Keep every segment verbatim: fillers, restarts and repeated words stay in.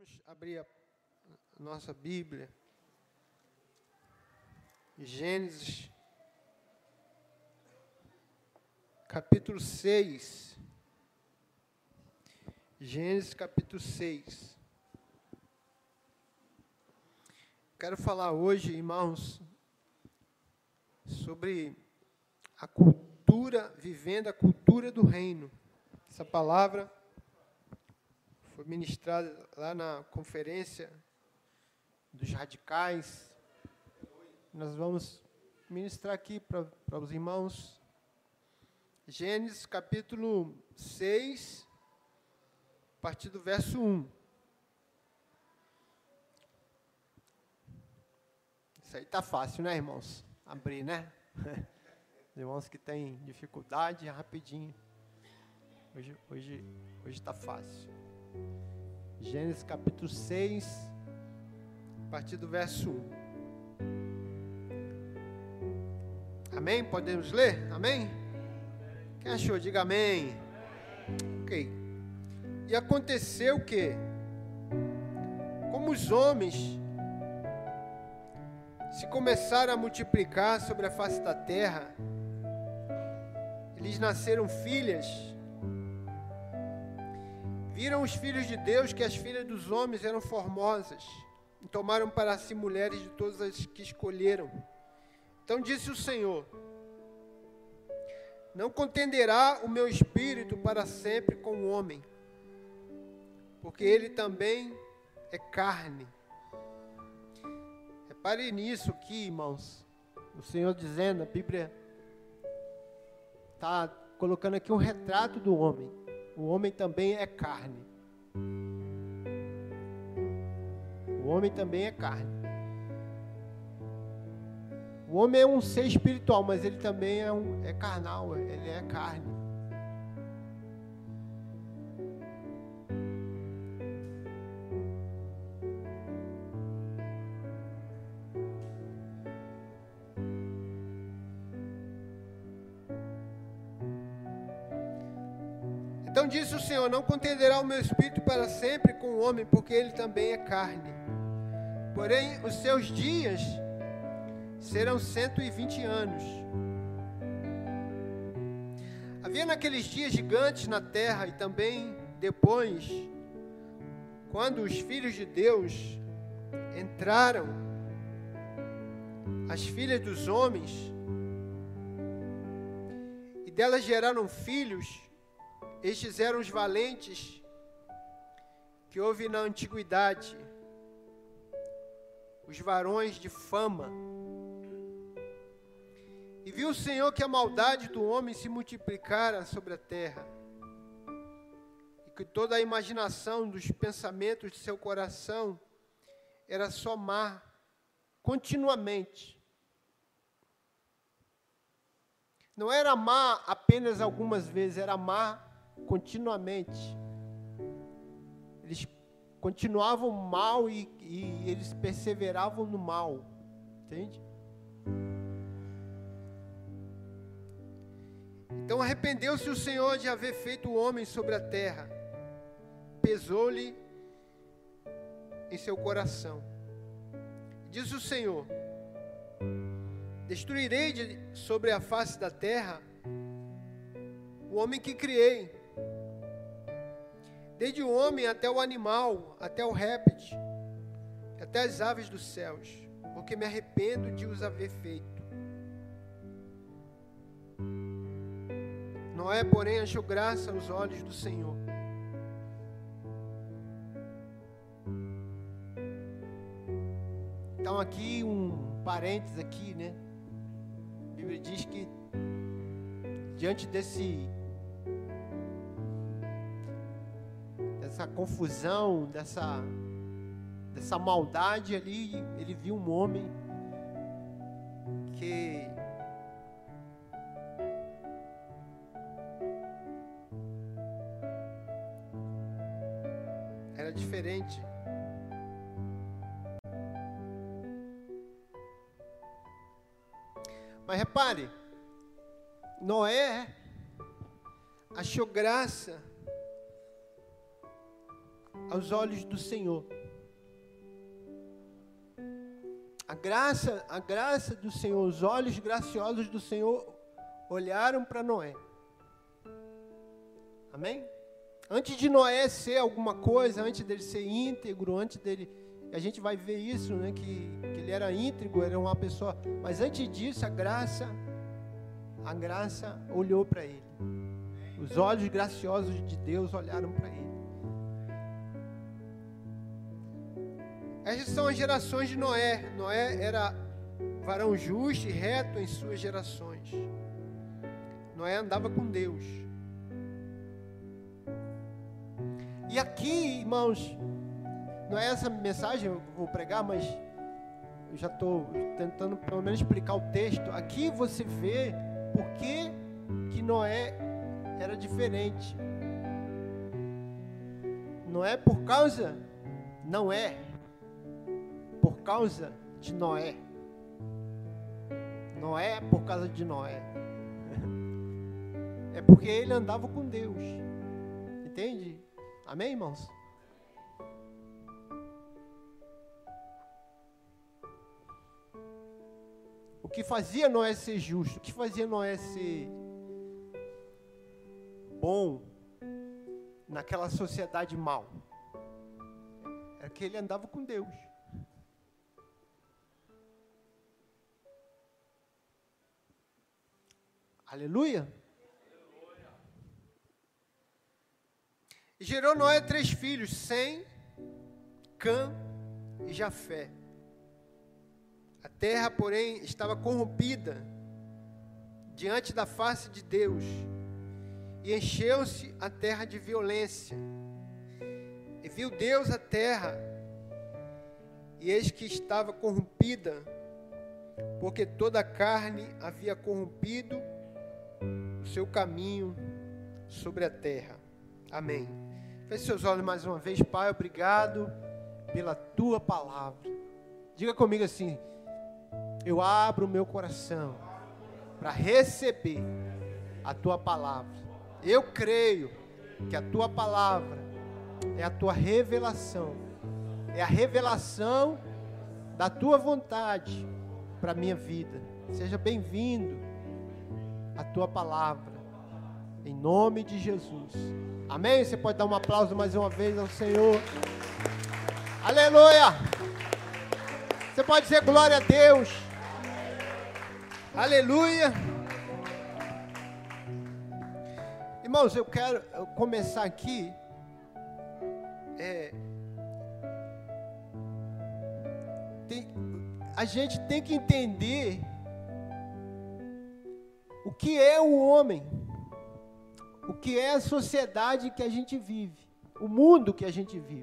Vamos abrir a nossa Bíblia. Gênesis, capítulo seis. Gênesis, capítulo seis. Quero falar hoje, irmãos, sobre a cultura, vivendo a cultura do reino. Essa palavra foi ministrada lá na conferência dos radicais. Nós vamos ministrar aqui para os irmãos. Gênesis capítulo seis, a partir do verso um. Isso aí está fácil, né, irmãos? Abrir, né? Os irmãos que têm dificuldade, rapidinho. Hoje hoje hoje está fácil. Gênesis capítulo seis, a partir do verso um. Amém? Podemos ler? Amém? Quem achou? Diga amém. Ok. E aconteceu que, como os homens se começaram a multiplicar sobre a face da terra, eles nasceram filhas. Viram os filhos de Deus que as filhas dos homens eram formosas, e tomaram para si mulheres de todas as que escolheram. Então disse o Senhor: não contenderá o meu espírito para sempre com o homem, porque ele também é carne. Repare nisso aqui, irmãos. O Senhor dizendo, a Bíblia está colocando aqui um retrato do homem. O homem também é carne. O homem também é carne. O homem é um ser espiritual, mas ele também é, um, é carnal, ele é carne. Então disse o Senhor: não contenderá o meu espírito para sempre com o homem, porque ele também é carne. Porém, os seus dias serão cento e vinte anos. Havia naqueles dias gigantes na terra, e também depois, quando os filhos de Deus entraram, as filhas dos homens, e delas geraram filhos. Estes eram os valentes que houve na antiguidade, os varões de fama. E viu o Senhor que a maldade do homem se multiplicara sobre a terra, e que toda a imaginação dos pensamentos de seu coração era só má, continuamente. Não era má apenas algumas vezes, era má continuamente. Eles continuavam mal e, e eles perseveravam no mal, entende? Então arrependeu-se o Senhor de haver feito o homem sobre a terra, pesou-lhe em seu coração. Diz o Senhor: destruirei de, sobre a face da terra o homem que criei, desde o homem até o animal, até o réptil, até as aves dos céus, porque me arrependo de os haver feito. Noé, porém, achou graça aos olhos do Senhor. Então aqui um parênteses aqui, né? A Bíblia diz que diante desse dessa confusão, dessa dessa maldade ali, ele viu um homem que era diferente. Mas repare, Noé achou graça aos olhos do Senhor. A graça, a graça do Senhor, os olhos graciosos do Senhor olharam para Noé. Amém? Antes de Noé ser alguma coisa, antes dele ser íntegro, antes dele... A gente vai ver isso, né? Que, que ele era íntegro, era uma pessoa... Mas antes disso, a graça, a graça olhou para ele. Os olhos graciosos de Deus olharam para ele. Essas são as gerações de Noé. Noé era varão justo e reto em suas gerações. Noé andava com Deus. E aqui, irmãos, não é essa mensagem que eu vou pregar, mas eu já estou tentando pelo menos explicar o texto. Aqui você vê por que que Noé era diferente. Não é por causa, não é por causa de Noé. Noé é por causa de Noé. É porque ele andava com Deus. Entende? Amém, irmãos? O que fazia Noé ser justo, o que fazia Noé ser bom naquela sociedade mal, era que ele andava com Deus. Aleluia. E gerou Noé três filhos, Sem, Cã e Jafé. A terra, porém, estava corrompida diante da face de Deus, e encheu-se a terra de violência. E viu Deus a terra, e eis que estava corrompida, porque toda a carne havia corrompido o seu caminho sobre a terra. Amém. Feche seus olhos mais uma vez. Pai, obrigado pela tua palavra. Diga comigo assim: eu abro o meu coração para receber a tua palavra. Eu creio que a tua palavra é a tua revelação, é a revelação da tua vontade para a minha vida. Seja bem-vindo a tua palavra, em nome de Jesus. Amém? Você pode dar um aplauso mais uma vez ao Senhor. Aleluia! Você pode dizer glória a Deus. Aleluia! Irmãos, eu quero começar aqui é, tem, a gente tem que entender o que é o homem, o que é a sociedade que a gente vive, o mundo que a gente vive.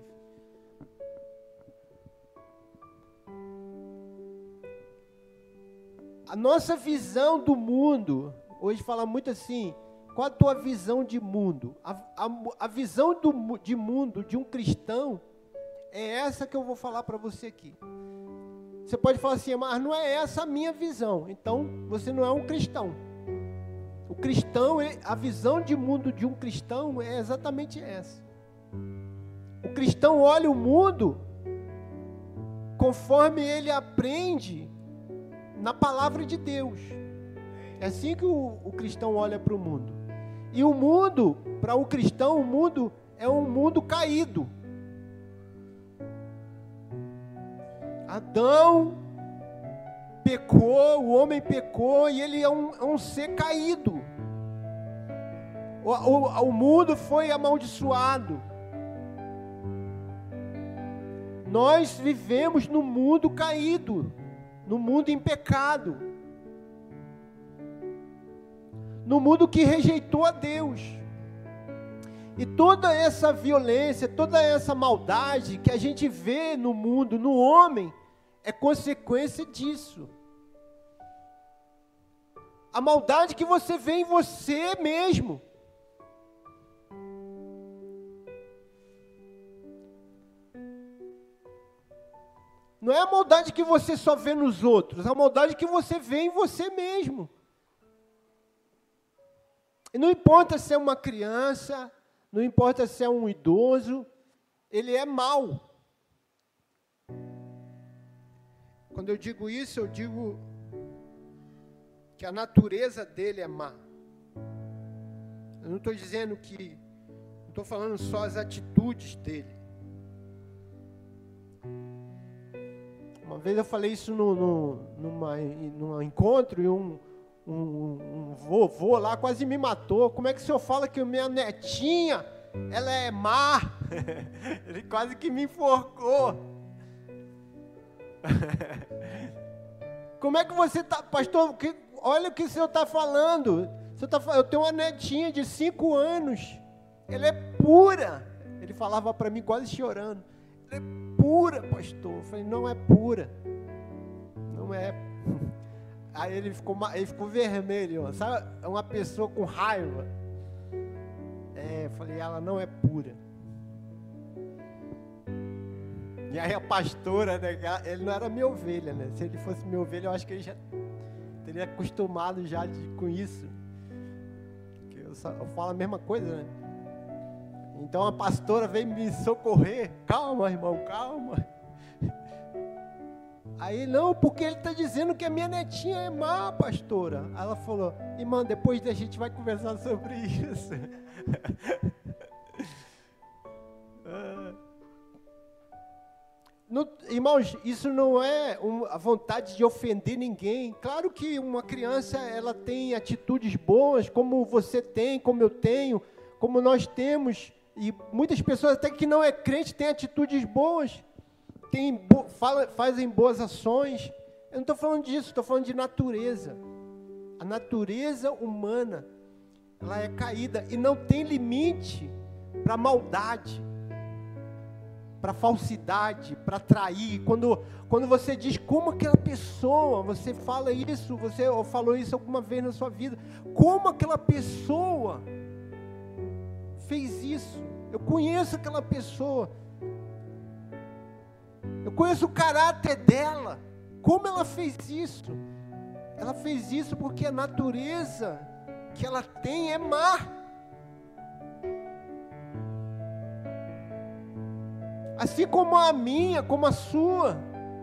A nossa visão do mundo, hoje fala muito assim, qual a tua visão de mundo? A, a, a visão do, de mundo de um cristão é essa que eu vou falar para você aqui. Você pode falar assim, mas não é essa a minha visão. Então, você não é um cristão. O cristão, a visão de mundo de um cristão é exatamente essa. O cristão olha o mundo conforme ele aprende na palavra de Deus. É assim que o, o cristão olha para o mundo. E o mundo, para o cristão, o mundo é um mundo caído. Adão pecou, o homem pecou e ele é um, é um ser caído. O, o, o mundo foi amaldiçoado. Nós vivemos no mundo caído, no mundo em pecado, no mundo que rejeitou a Deus. E toda essa violência, toda essa maldade que a gente vê no mundo, no homem, é consequência disso. A maldade que você vê em você mesmo. Não é a maldade que você só vê nos outros, é a maldade que você vê em você mesmo. E não importa se é uma criança, não importa se é um idoso, ele é mau. Quando eu digo isso, eu digo que a natureza dele é má. Eu não estou dizendo que, não estou falando só as atitudes dele. Uma vez eu falei isso no, no, numa, num encontro e um, um, um vovô lá quase me matou. Como é que o senhor fala que minha netinha, ela é má? Ele quase que me enforcou. Como é que você está, pastor? Que, olha o que o senhor está falando. O senhor tá, eu tenho uma netinha de cinco anos. Ela é pura. Ele falava para mim quase chorando. Ela é pura, pastor. Eu falei, não é pura. Não é. Aí ele ficou, ele ficou vermelho. Sabe, é uma pessoa com raiva. É, eu falei, ela não é pura. E aí a pastora, né, ele não era minha ovelha, né? Se ele fosse minha ovelha, eu acho que ele já teria acostumado já de, com isso. Que eu, só, eu falo a mesma coisa, né? Então a pastora veio me socorrer. Calma, irmão, calma. Aí, não, porque ele está dizendo que a minha netinha é má, pastora. Aí ela falou, irmã, depois a gente vai conversar sobre isso. No, irmãos, isso não é uma, a vontade de ofender ninguém. Claro que uma criança, ela tem atitudes boas, como você tem, como eu tenho, como nós temos. E muitas pessoas, até que não é crente, têm atitudes boas, tem, fala, fazem boas ações. Eu não estou falando disso, estou falando de natureza. A natureza humana, ela é caída e não tem limite para maldade, para falsidade, para trair. Quando, quando você diz como aquela pessoa, você fala isso, você ou falou isso alguma vez na sua vida, como aquela pessoa fez isso. Eu conheço aquela pessoa, eu conheço o caráter dela, como ela fez isso. Ela fez isso porque a natureza que ela tem é má. Assim como a minha, como a sua.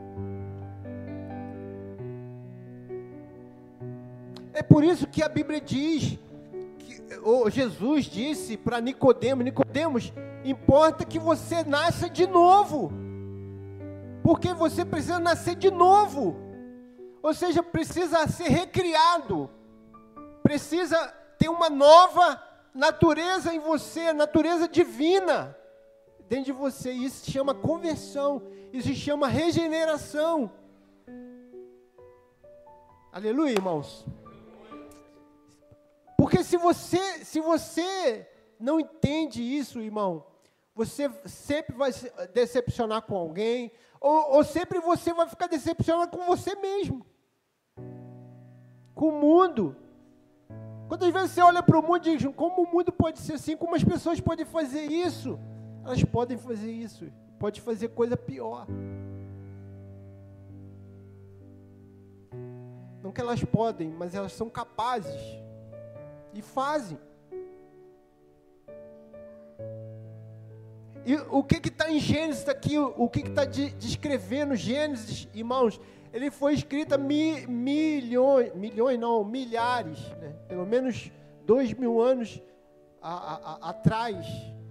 É por isso que a Bíblia diz, que, ou Jesus disse para Nicodemos, Nicodemos, importa que você nasça de novo. Porque você precisa nascer de novo. Ou seja, precisa ser recriado. Precisa ter uma nova natureza em você, natureza divina dentro de você. Isso se chama conversão, isso se chama regeneração. Aleluia, irmãos. Porque se você, se você não entende isso, irmão, você sempre vai se decepcionar com alguém, ou, ou sempre você vai ficar decepcionado com você mesmo, com o mundo. Quantas vezes você olha para o mundo e diz, como o mundo pode ser assim, como as pessoas podem fazer isso? Elas podem fazer isso, pode fazer coisa pior. Não que elas podem, mas elas são capazes e fazem. E o que está em Gênesis aqui, o que está de, descrevendo Gênesis, irmãos, ele foi escrito há mi, milhões, milhões não, milhares, né? Pelo menos dois mil anos a, a, a, atrás.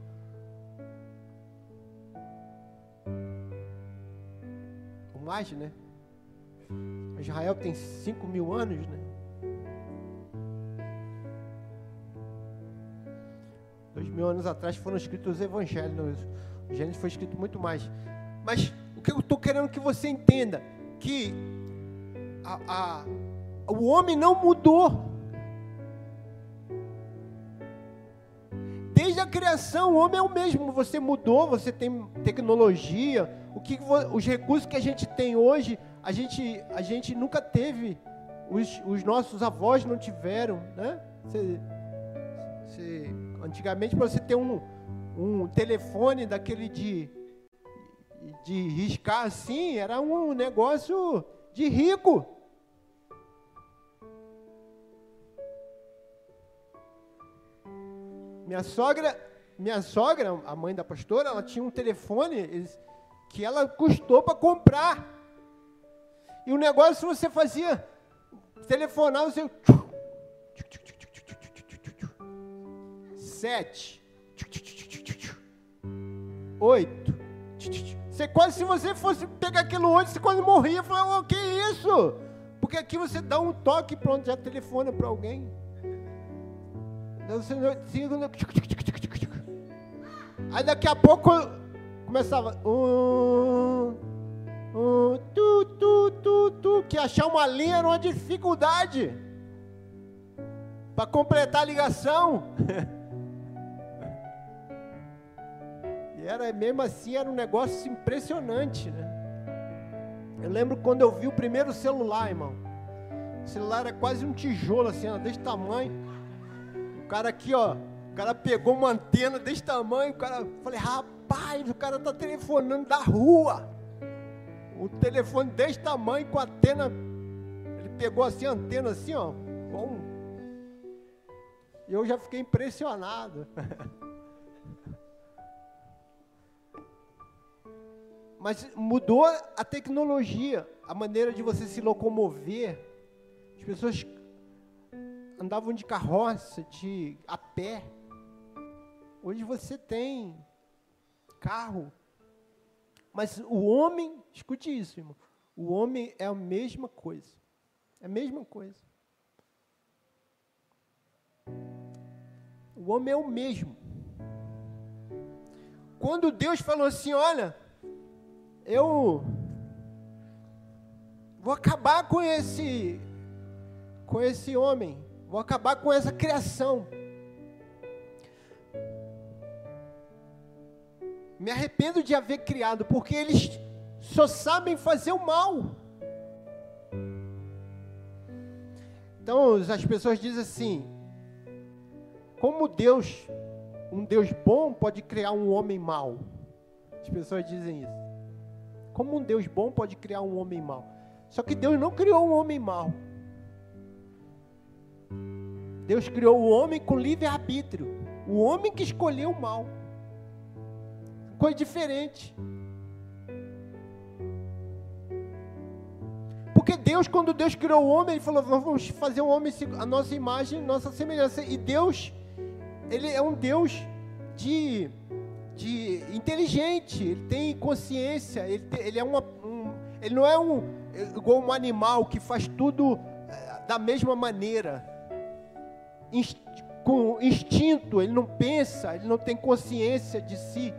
Ou mais, né? Israel tem cinco mil anos, né? Dois mil anos atrás foram escritos os evangelhos. O Gênesis foi escrito muito mais. Mas o que eu estou querendo que você entenda, que a, a, o homem não mudou. Desde a criação, o homem é o mesmo. Você mudou, você tem tecnologia. O que, os recursos que a gente tem hoje, a gente, a gente nunca teve. Os, os nossos avós não tiveram, né? Você, você, antigamente, para você ter um, um telefone daquele de, de riscar assim, era um negócio de rico. Minha sogra, minha sogra, a mãe da pastora, ela tinha um telefone que ela custou para comprar. E o negócio você fazia, telefonava, você... Sete. Oito. Você quase, se você fosse pegar aquilo oito, você quase morria. Falava, o que é isso? Porque aqui você dá um toque, pronto, já telefona para alguém. Aí daqui a pouco começava um, um, tu, tu, tu, tu, que achar uma linha era uma dificuldade para completar a ligação. E era, mesmo assim, era um negócio impressionante, né? Eu lembro quando eu vi o primeiro celular, irmão. O celular era quase um tijolo, assim, ó, desse tamanho. O cara aqui, ó, o cara pegou uma antena desse tamanho, o cara, falei, rapaz, o cara tá telefonando da rua. O telefone desse tamanho com a antena, ele pegou assim, a antena assim, ó, bom. E eu já fiquei impressionado. Mas mudou a tecnologia, a maneira de você se locomover. As pessoas andavam de carroça, de a pé. Hoje você tem carro. Mas o homem, escute isso, irmão. O homem é a mesma coisa. É a mesma coisa. O homem é o mesmo. Quando Deus falou assim, olha, eu vou acabar com esse, com esse homem, vou acabar com essa criação. Me arrependo de haver criado, porque eles só sabem fazer o mal. Então, as pessoas dizem assim, como Deus, um Deus bom pode criar um homem mau? As pessoas dizem isso. Como um Deus bom pode criar um homem mau? Só que Deus não criou um homem mau. Deus criou o homem com livre-arbítrio. O homem que escolheu o mal. Coisa diferente. Porque Deus, quando Deus criou o homem, Ele falou, vamos fazer um homem a nossa imagem, nossa semelhança. E Deus, Ele é um Deus de... de inteligente, ele tem consciência, ele, tem, ele, é uma, um, ele não é um, igual um animal que faz tudo é, da mesma maneira, Inst, com instinto, ele não pensa, ele não tem consciência de si.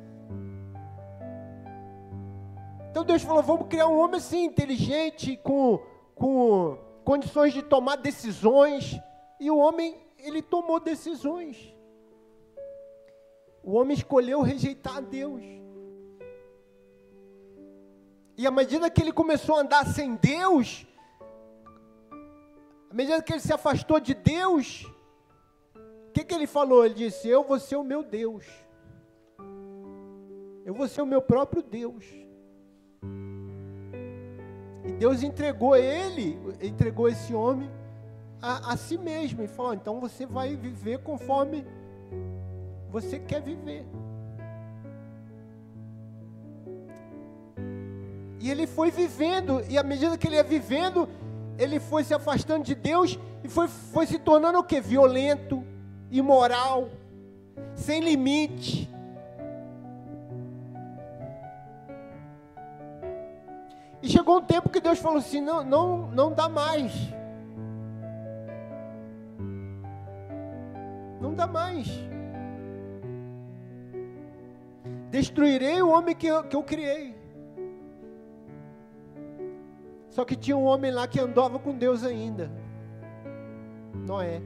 Então Deus falou, vamos criar um homem assim, inteligente, com, com condições de tomar decisões, e o homem, ele tomou decisões. O homem escolheu rejeitar a Deus. E à medida que ele começou a andar sem Deus, à medida que ele se afastou de Deus, o que, que ele falou? Ele disse, eu vou ser o meu Deus. Eu vou ser o meu próprio Deus. E Deus entregou ele, entregou esse homem a, a si mesmo. E falou, então você vai viver conforme você quer viver. E ele foi vivendo, e à medida que ele ia vivendo, ele foi se afastando de Deus, e foi, foi se tornando o quê? Violento, imoral, sem limite. E chegou um tempo que Deus falou assim, não, não, não dá mais. Não dá mais. Destruirei o homem que eu, que eu criei. Só que tinha um homem lá que andava com Deus ainda. Noé.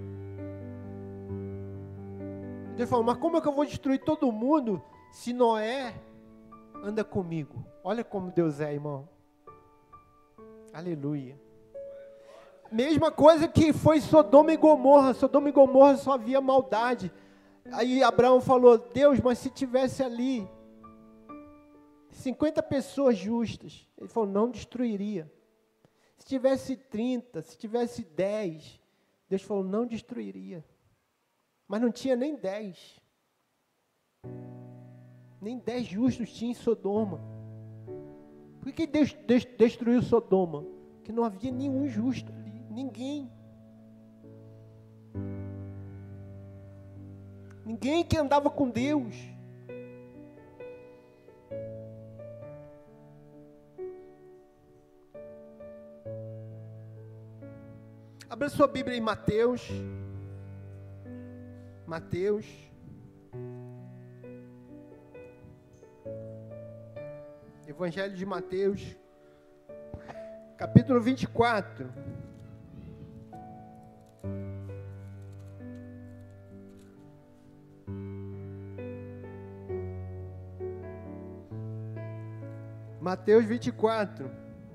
Deus falou, mas como é que eu vou destruir todo mundo se Noé anda comigo? Olha como Deus é, irmão. Aleluia. Mesma coisa que foi Sodoma e Gomorra. Sodoma e Gomorra só havia maldade. Aí Abraão falou, Deus, mas se tivesse ali cinquenta pessoas justas, ele falou, não destruiria. Se tivesse trinta, se tivesse dez, Deus falou, não destruiria. Mas não tinha nem dez. Nem dez justos tinha em Sodoma. Por que Deus destruiu Sodoma? Porque não havia nenhum justo ali, ninguém. Ninguém que andava com Deus. Abra sua Bíblia em Mateus. Mateus. Evangelho de Mateus, capítulo vinte e quatro. Mateus vinte e quatro,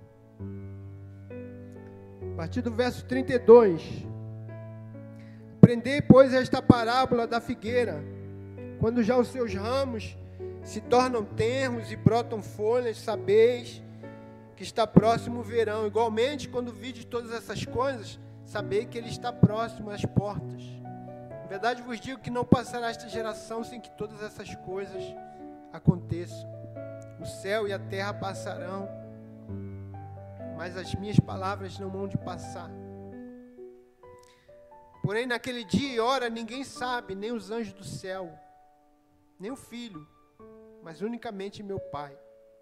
a partir do verso trinta e dois. Aprendei, pois, esta parábola da figueira. Quando já os seus ramos se tornam tenros e brotam folhas, sabeis que está próximo o verão. Igualmente, quando vides todas essas coisas, sabei que ele está próximo às portas. Em verdade vos digo que não passará esta geração sem que todas essas coisas aconteçam. O céu e a terra passarão, mas as minhas palavras não hão de passar. Porém, naquele dia e hora ninguém sabe, nem os anjos do céu, nem o Filho, mas unicamente meu Pai.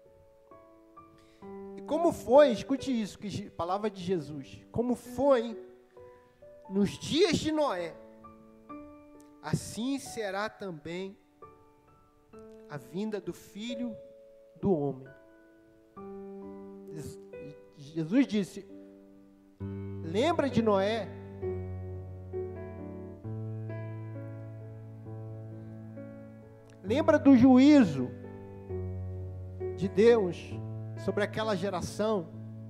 E como foi, escute isso, que palavra de Jesus, como foi nos dias de Noé, assim será também a vinda do Filho do Homem. Jesus disse, lembra de Noé? Lembra do juízo de Deus sobre aquela geração?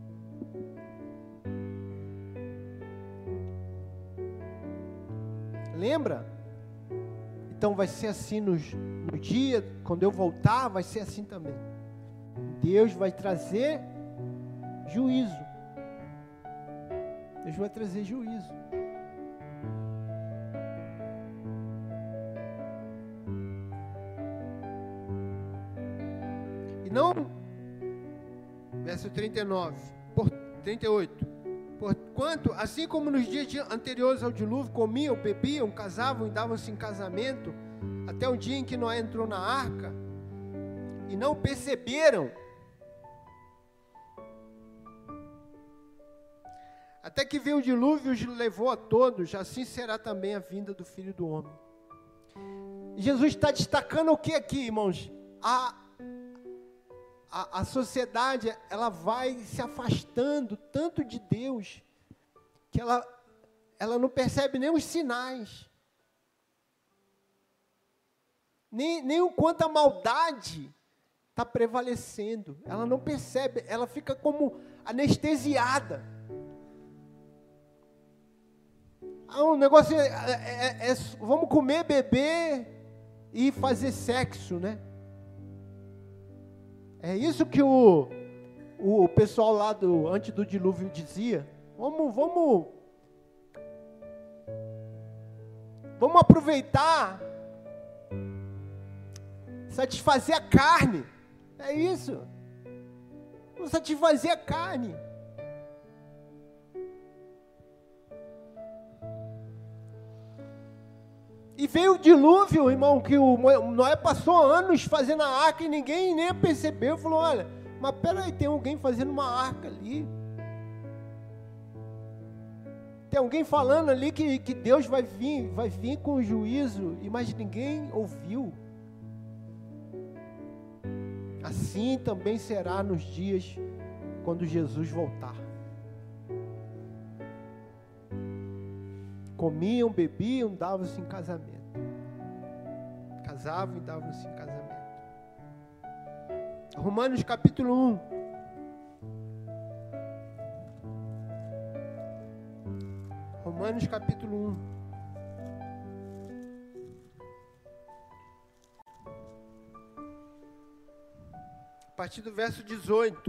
Lembra? Então vai ser assim no, no dia, quando eu voltar, vai ser assim também. Deus vai trazer juízo. Deus vai trazer juízo. Não, verso trinta e nove, por, trinta e oito, porquanto, assim como nos dias anteriores ao dilúvio, comiam, bebiam, casavam e davam-se em casamento, até o dia em que Noé entrou na arca, e não perceberam, até que veio o dilúvio e os levou a todos, assim será também a vinda do Filho do Homem. E Jesus está destacando o que aqui, irmãos? A A, a sociedade, ela vai se afastando tanto de Deus, que ela, ela não percebe nem os sinais, nem, nem o quanto a maldade está prevalecendo. Ela não percebe, ela fica como anestesiada. Ah, o negócio é, é, é, vamos comer, beber e fazer sexo, né? É isso que o, o pessoal lá do, antes do dilúvio dizia. Vamos, vamos, vamos aproveitar, satisfazer a carne. É isso. Vamos satisfazer a carne. E veio o dilúvio, irmão, que o Noé passou anos fazendo a arca e ninguém nem percebeu. Falou, olha, mas peraí, tem alguém fazendo uma arca ali. Tem alguém falando ali que, que Deus vai vir, vai vir com o juízo, mas ninguém ouviu. Assim também será nos dias quando Jesus voltar. Comiam, bebiam, davam-se em casamento. Casavam e davam-se em casamento. Romanos capítulo um. Romanos capítulo um. A partir do verso dezoito.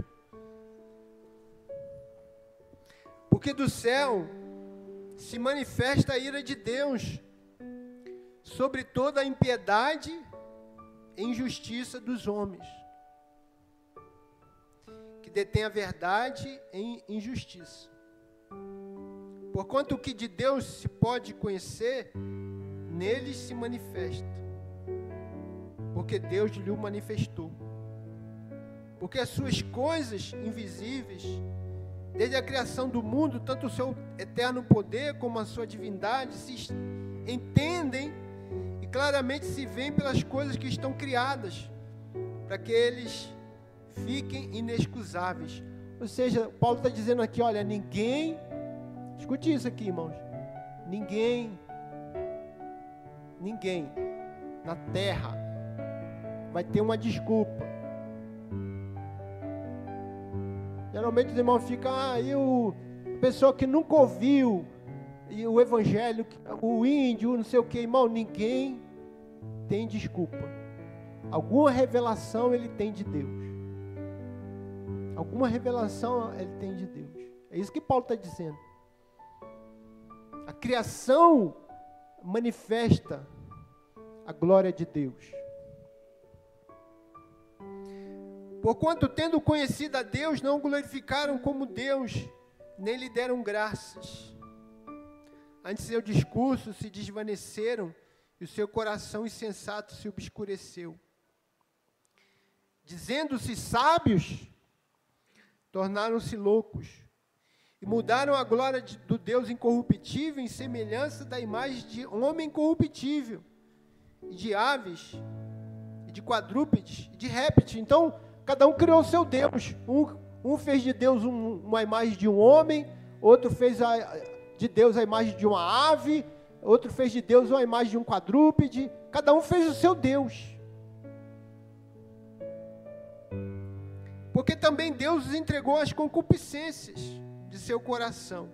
Porque do céu se manifesta a ira de Deus sobre toda a impiedade e injustiça dos homens, detém a verdade em injustiça. Porquanto o que de Deus se pode conhecer, neles se manifesta, porque Deus lhe o manifestou. Porque as suas coisas invisíveis, desde a criação do mundo, tanto o seu eterno poder como a sua divindade, se entendem e claramente se veem pelas coisas que estão criadas, para que eles fiquem inexcusáveis. Ou seja, Paulo está dizendo aqui, olha, ninguém, escute isso aqui, irmãos, ninguém, ninguém na terra vai ter uma desculpa. Geralmente os irmãos ficam, ah, e o a pessoa que nunca ouviu, e o evangelho, o índio, não sei o que, irmão, ninguém tem desculpa. Alguma revelação ele tem de Deus. Alguma revelação ele tem de Deus. É isso que Paulo está dizendo. A criação manifesta a glória de Deus. Porquanto, tendo conhecido a Deus, não o glorificaram como Deus, nem lhe deram graças. Antes seu discurso se desvaneceram, e o seu coração insensato se obscureceu. Dizendo-se sábios, tornaram-se loucos, e mudaram a glória de, do Deus incorruptível em semelhança da imagem de homem corruptível, e de aves, e de quadrúpedes, e de répteis. Então, cada um criou o seu Deus. Um, um fez de Deus um, uma imagem de um homem, outro fez a, de Deus a imagem de uma ave, outro fez de Deus uma imagem de um quadrúpede. Cada um fez o seu Deus. Porque também Deus os entregou às concupiscências de seu coração,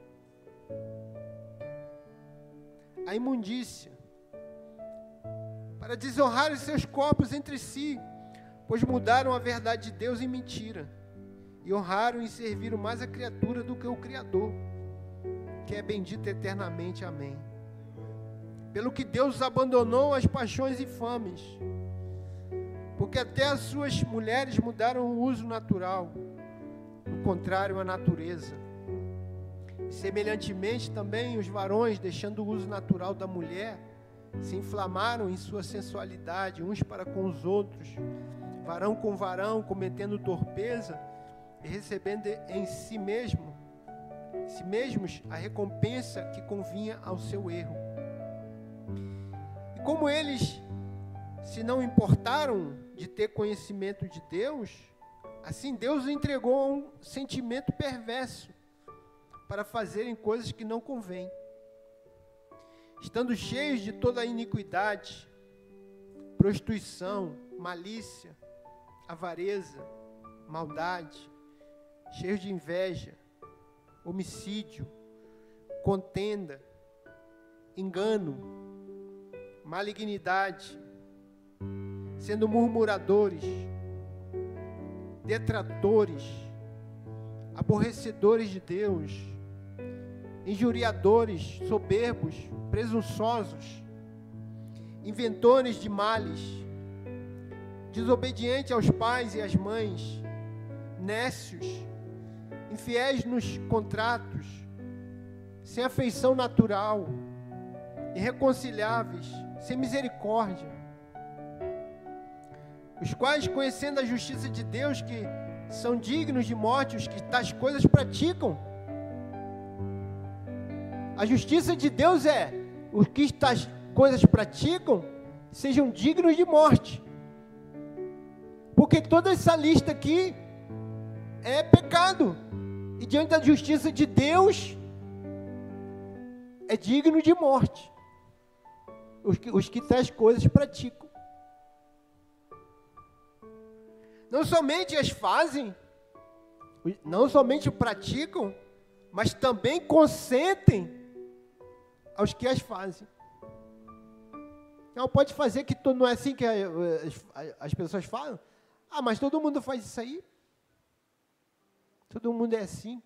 a imundícia, para desonrar os seus corpos entre si, pois mudaram a verdade de Deus em mentira, e honraram e serviram mais a criatura do que o Criador, que é bendito eternamente. Amém. Pelo que Deus os abandonou às paixões infames, porque até as suas mulheres mudaram o uso natural, o contrário à natureza. E semelhantemente também os varões, deixando o uso natural da mulher, se inflamaram em sua sensualidade, uns para com os outros, varão com varão, cometendo torpeza e recebendo em si mesmo, si mesmos a recompensa que convinha ao seu erro. E como eles se não importaram de ter conhecimento de Deus, assim Deus os entregou a um sentimento perverso para fazerem coisas que não convêm, estando cheios de toda a iniquidade, prostituição, malícia, avareza, maldade, cheios de inveja, homicídio, contenda, engano, malignidade, sendo murmuradores, detratores, aborrecedores de Deus, injuriadores, soberbos, presunçosos, inventores de males, desobedientes aos pais e às mães, nécios, infiéis nos contratos, sem afeição natural, irreconciliáveis, sem misericórdia, os quais, conhecendo a justiça de Deus, que são dignos de morte os que tais coisas praticam. A justiça de Deus é os que tais coisas praticam sejam dignos de morte. Porque toda essa lista aqui é pecado. E diante da justiça de Deus é digno de morte. Os que, os que tais coisas praticam. Não somente as fazem, não somente praticam, mas também consentem aos que as fazem. Não pode fazer que não é assim que as, as pessoas falam. Ah, mas todo mundo faz isso aí. Todo mundo é assim.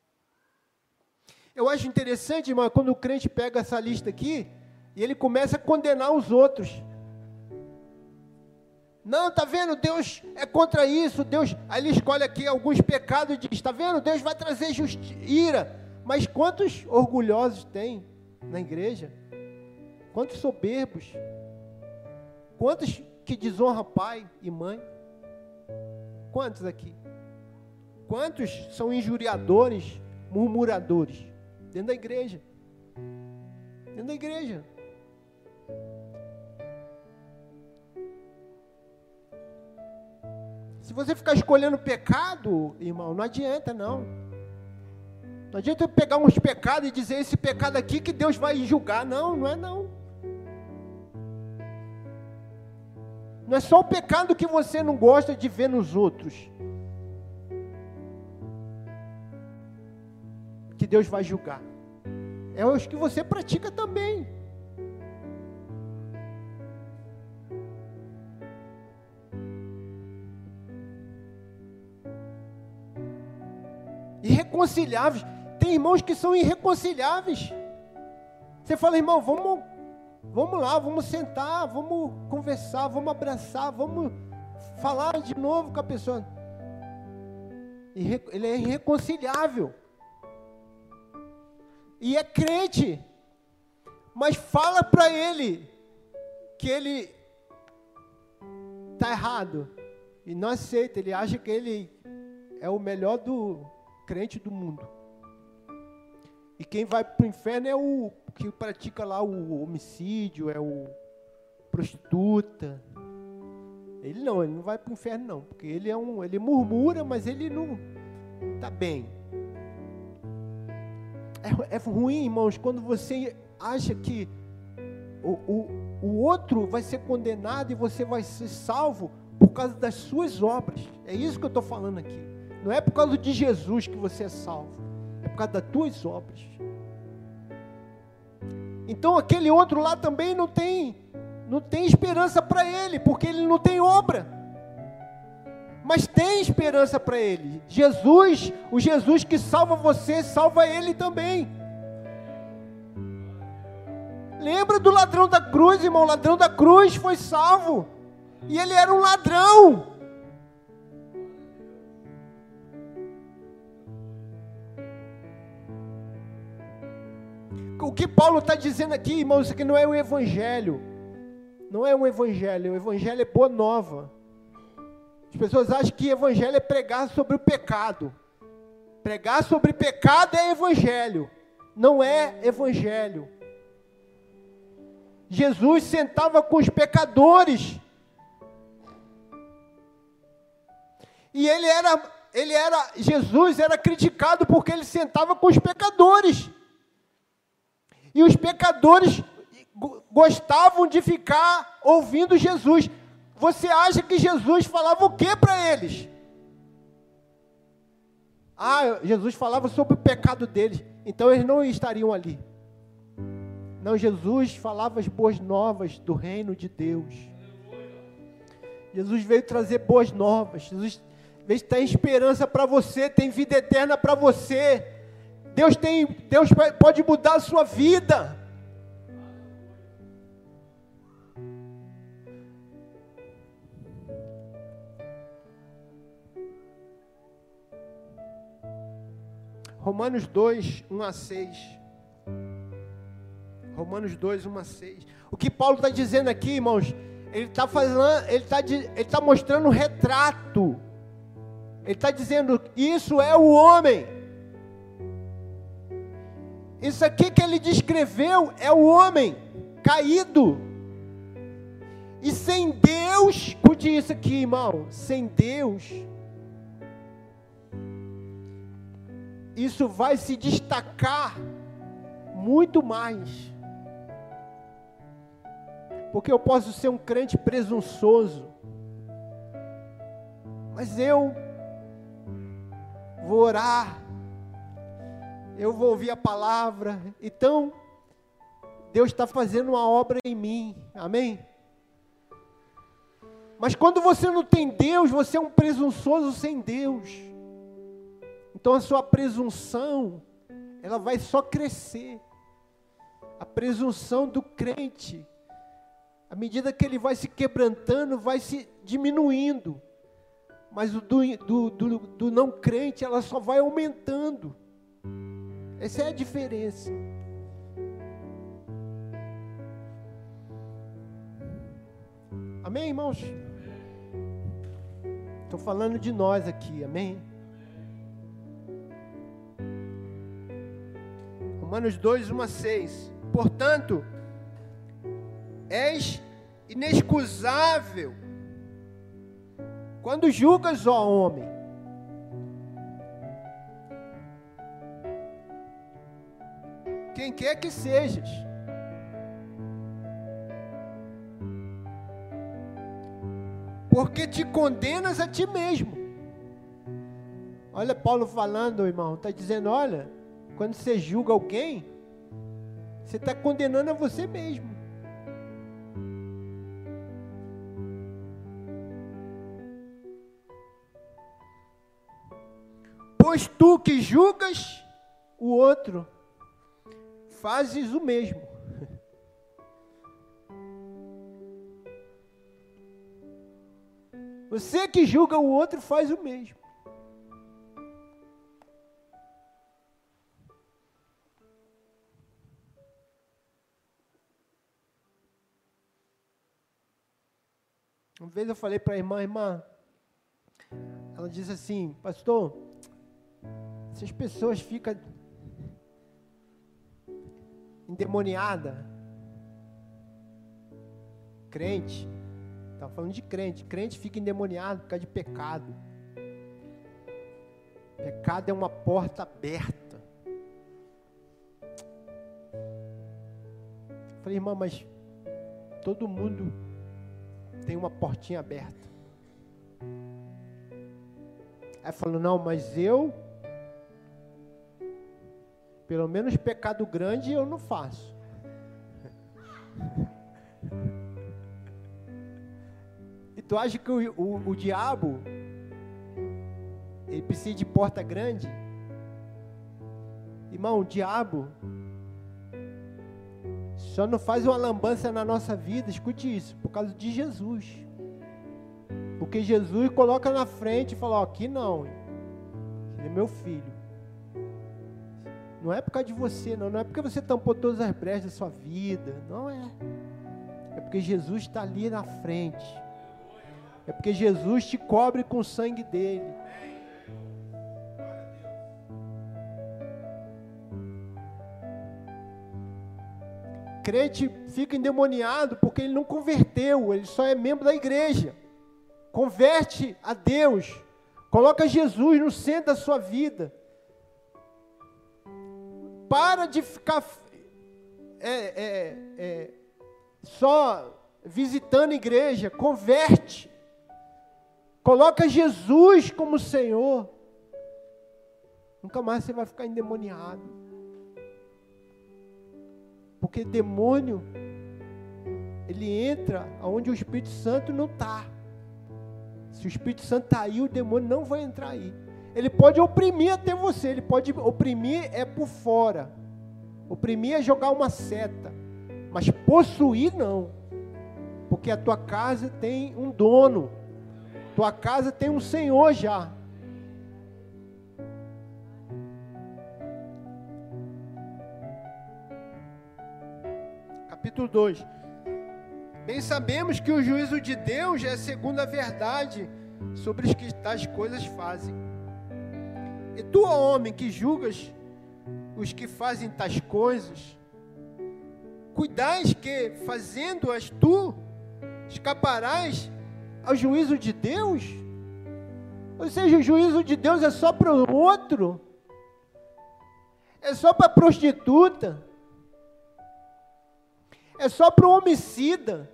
Eu acho interessante, irmão, quando o crente pega essa lista aqui e ele começa a condenar os outros. Não, tá vendo? Deus é contra isso. Deus, aí ele escolhe aqui alguns pecados e diz, tá vendo? Deus vai trazer justi- ira. Mas quantos orgulhosos tem na igreja? Quantos soberbos? Quantos que desonram pai e mãe? Quantos aqui? Quantos são injuriadores, murmuradores? Dentro da igreja. Dentro da igreja. Se você ficar escolhendo pecado, irmão, não adianta não. Não adianta eu pegar uns pecados e dizer esse pecado aqui que Deus vai julgar. Não, não é não. Não é só o pecado que você não gosta de ver nos outros que Deus vai julgar. É os que você pratica também. Irreconciliáveis. Tem irmãos que são irreconciliáveis. Você fala, irmão, vamos, vamos lá, vamos sentar, vamos conversar, vamos abraçar, vamos falar de novo com a pessoa. Ele é irreconciliável. E é crente. Mas fala para ele que ele está errado. E não aceita, ele acha que ele é o melhor do crente do mundo. E quem vai para o inferno é o que pratica lá o homicídio, é o prostituta. Ele não, ele não vai para o inferno não, porque ele é um, ele murmura, mas ele não está bem. É, é ruim, irmãos, quando você acha que o, o, o outro vai ser condenado e você vai ser salvo por causa das suas obras. É isso que eu estou falando aqui. Não é por causa de Jesus que você é salvo. É por causa das tuas obras. Então aquele outro lá também não tem, não tem esperança para ele, porque ele não tem obra. Mas tem esperança para ele. Jesus, o Jesus que salva você, salva ele também. Lembra do ladrão da cruz, irmão? O ladrão da cruz foi salvo. E ele era um ladrão. O que Paulo está dizendo aqui, irmão, isso aqui não é um evangelho. Não é um evangelho. O evangelho é boa nova. As pessoas acham que evangelho é pregar sobre o pecado. Pregar sobre pecado é evangelho. Não é evangelho. Jesus sentava com os pecadores. E ele era, ele era, Jesus era criticado porque ele sentava com os pecadores. E os pecadores gostavam de ficar ouvindo Jesus. Você acha que Jesus falava o que para eles? Ah, Jesus falava sobre o pecado deles. Então eles não estariam ali. Não, Jesus falava as boas novas do reino de Deus. Jesus veio trazer boas novas. Jesus veio ter esperança para você, tem vida eterna para você. Deus tem, Deus pode mudar a sua vida. Romanos dois, um a seis. Romanos dois, um a seis. O que Paulo está dizendo aqui, irmãos, ele está fazendo, ele está ele tá mostrando um retrato. Ele está dizendo, isso é o homem. Isso aqui que ele descreveu é o homem caído. E sem Deus, escute isso aqui, irmão, sem Deus, isso vai se destacar muito mais. Porque eu posso ser um crente presunçoso, mas eu vou orar, eu vou ouvir a palavra, então Deus está fazendo uma obra em mim, amém? Mas quando você não tem Deus, você é um presunçoso sem Deus. Então a sua presunção, ela vai só crescer. A presunção do crente. A À medida que ele vai se quebrantando, vai se diminuindo. Mas o do, do, do, do não crente, ela só vai aumentando. Essa é a diferença. Amém, irmãos? Estou falando de nós aqui, amém? Romanos dois, um a seis. Portanto, és inexcusável quando julgas, ó homem, quem quer que sejas, porque te condenas a ti mesmo. Olha Paulo falando, irmão, está dizendo, olha, quando você julga alguém, você está condenando a você mesmo. Pois tu que julgas o outro, fazes o mesmo. Você que julga o outro, faz o mesmo. Uma vez eu falei para a irmã, irmã, ela disse assim, pastor, essas pessoas ficam endemoniadas, crente, estava falando de crente, crente fica endemoniado por causa de pecado. Pecado é uma porta aberta. Eu falei, irmã, mas todo mundo tem uma portinha aberta. Aí falou, não, mas eu, pelo menos pecado grande eu não faço. E tu acha que o, o, o diabo, ele precisa de porta grande? Irmão, o diabo só não faz uma lambança na nossa vida, escute isso, por causa de Jesus. Porque Jesus coloca na frente e fala, ó, aqui não, ele é meu filho. Não é por causa de você, não, não é porque você tampou todas as brechas da sua vida, não é. É porque Jesus está ali na frente. É porque Jesus te cobre com o sangue dele. Crente fica endemoniado porque ele não converteu, ele só é membro da igreja. Converte a Deus, coloca Jesus no centro da sua vida. Para de ficar é, é, é, só visitando a igreja, converte. Coloca Jesus como Senhor. Nunca mais você vai ficar endemoniado. Porque demônio, ele entra onde o Espírito Santo não está. Se o Espírito Santo está aí, o demônio não vai entrar aí. Ele pode oprimir até você, ele pode oprimir é por fora. Oprimir é jogar uma seta. Mas possuir não. Porque a tua casa tem um dono. Tua casa tem um Senhor já. Capítulo dois. Bem sabemos que o juízo de Deus é segundo a verdade sobre os que tais coisas fazem. E tu, ó homem, que julgas os que fazem tais coisas, cuidais que, fazendo-as tu, escaparás ao juízo de Deus? Ou seja, o juízo de Deus é só para o outro? É só para a prostituta? É só para o homicida?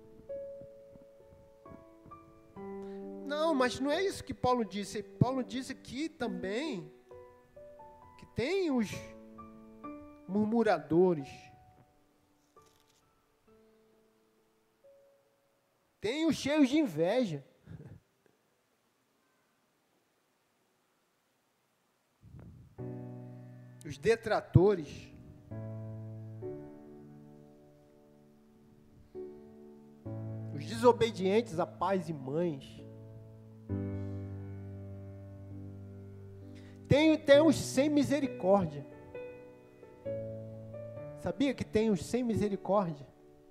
Não, mas não é isso que Paulo disse. Paulo disse aqui também que tem os murmuradores, tem os cheios de inveja, os detratores. desobedientes a pais e mães. Tem, tem os sem misericórdia. Sabia que tem os sem misericórdia?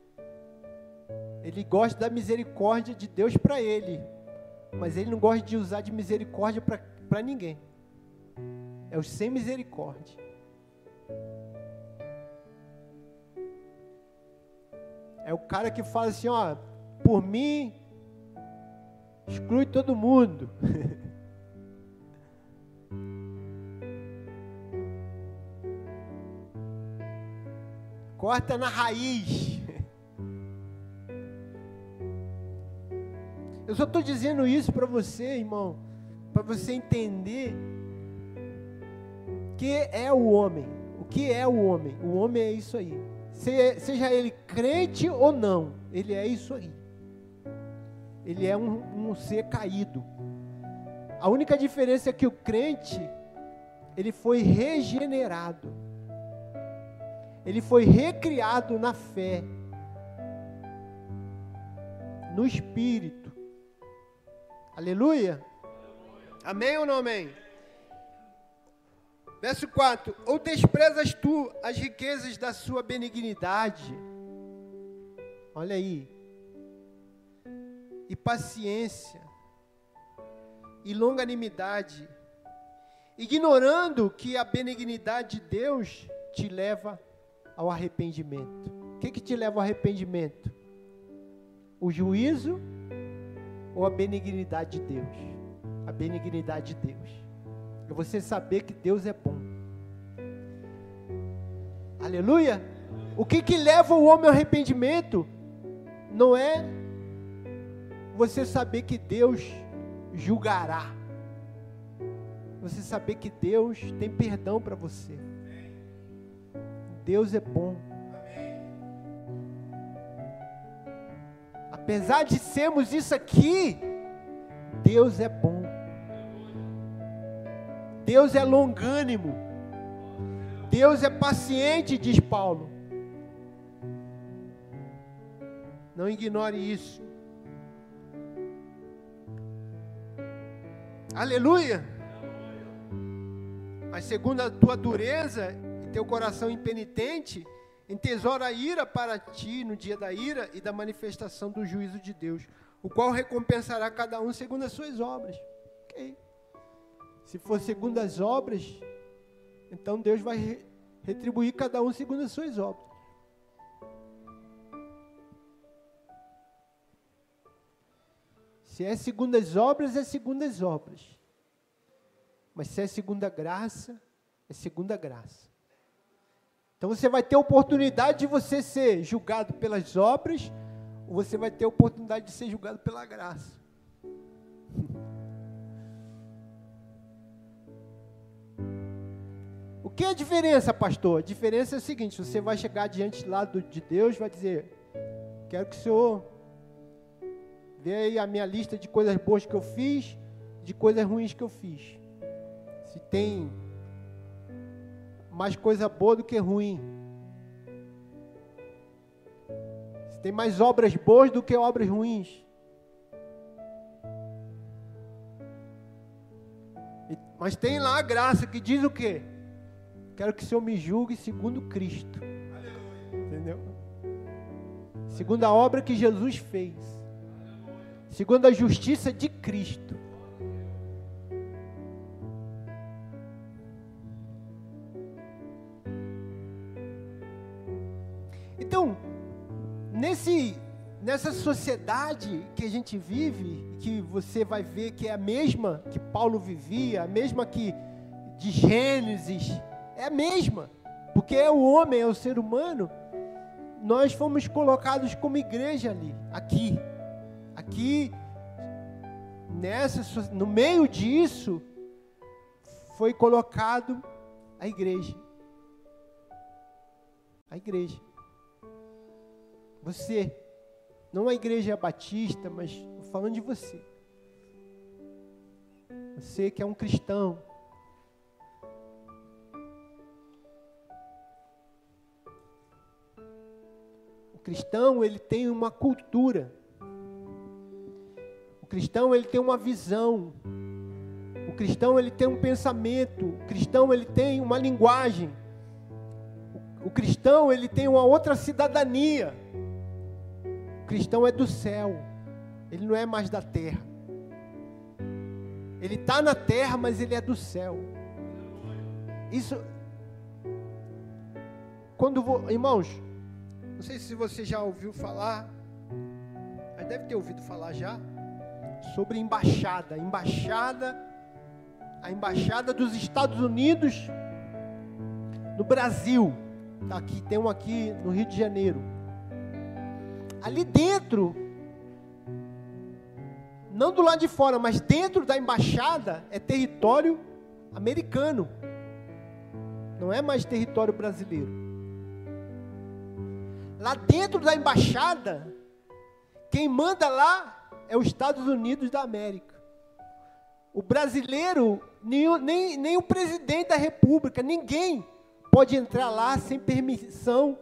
Ele gosta da misericórdia de Deus para ele, mas ele não gosta de usar de misericórdia para ninguém. É os sem misericórdia. É o cara que fala assim, ó, por mim, exclui todo mundo. Corta na raiz. Eu só estou dizendo isso para você, irmão, para você entender que é o homem. O que é o homem? O homem é isso aí. Seja ele crente ou não, ele é isso aí. Ele é um, um ser caído. A única diferença é que o crente, ele foi regenerado. Ele foi recriado na fé, no Espírito. Aleluia? Amém ou não amém? Verso quatro. Ou desprezas tu as riquezas da sua benignidade? Olha aí. E paciência. E longanimidade. Ignorando que a benignidade de Deus te leva ao arrependimento. O que que te leva ao arrependimento? O juízo ou a benignidade de Deus? A benignidade de Deus. É você saber que Deus é bom. Aleluia? O que que leva o homem ao arrependimento? Não é você saber que Deus julgará. Você saber que Deus tem perdão para você. Deus é bom. Apesar de sermos isso aqui, Deus é bom. Deus é longânimo. Deus é paciente, diz Paulo. Não ignore isso. Aleluia. Mas segundo a tua dureza e teu coração impenitente, entesoura a ira para ti no dia da ira e da manifestação do juízo de Deus, o qual recompensará cada um segundo as suas obras. Ok. Se for segundo as obras, então Deus vai re- retribuir cada um segundo as suas obras. Se é segundo as obras, é segundo as obras. Mas se é segundo a graça, é segundo a graça. Então você vai ter a oportunidade de você ser julgado pelas obras, ou você vai ter a oportunidade de ser julgado pela graça. O que é a diferença, pastor? A diferença é a seguinte: você vai chegar diante lá do, de Deus, vai dizer, quero que o Senhor vê aí a minha lista de coisas boas que eu fiz, de coisas ruins que eu fiz. Se tem mais coisa boa do que ruim. Se tem mais obras boas do que obras ruins. E, mas tem lá a graça que diz o quê? Quero que o Senhor me julgue segundo Cristo. Entendeu? Segundo a obra que Jesus fez. Segundo a justiça de Cristo. Então, nesse, nessa sociedade que a gente vive, que você vai ver que é a mesma que Paulo vivia, a mesma que de Gênesis, é a mesma, porque é o homem, é o ser humano, nós fomos colocados como igreja ali, aqui, aqui, nessa, no meio disso, foi colocado a igreja, a igreja, você, não a igreja batista, mas estou falando de você, você que é um cristão. O cristão, ele tem uma cultura, cristão, ele tem uma visão. O cristão, ele tem um pensamento. O cristão, ele tem uma linguagem. O cristão, ele tem uma outra cidadania. O cristão é do céu. Ele não é mais da terra. Ele está na terra, mas ele é do céu. Isso, quando vou, irmãos, não sei se você já ouviu falar, mas deve ter ouvido falar já, sobre embaixada. Embaixada, a embaixada dos Estados Unidos no Brasil. Tá aqui, tem um aqui no Rio de Janeiro. Ali dentro, não do lado de fora, mas dentro da embaixada é território americano. Não é mais território brasileiro. Lá dentro da embaixada, quem manda lá é os Estados Unidos da América. O brasileiro, nem, nem, nem o presidente da república, ninguém pode entrar lá sem permissão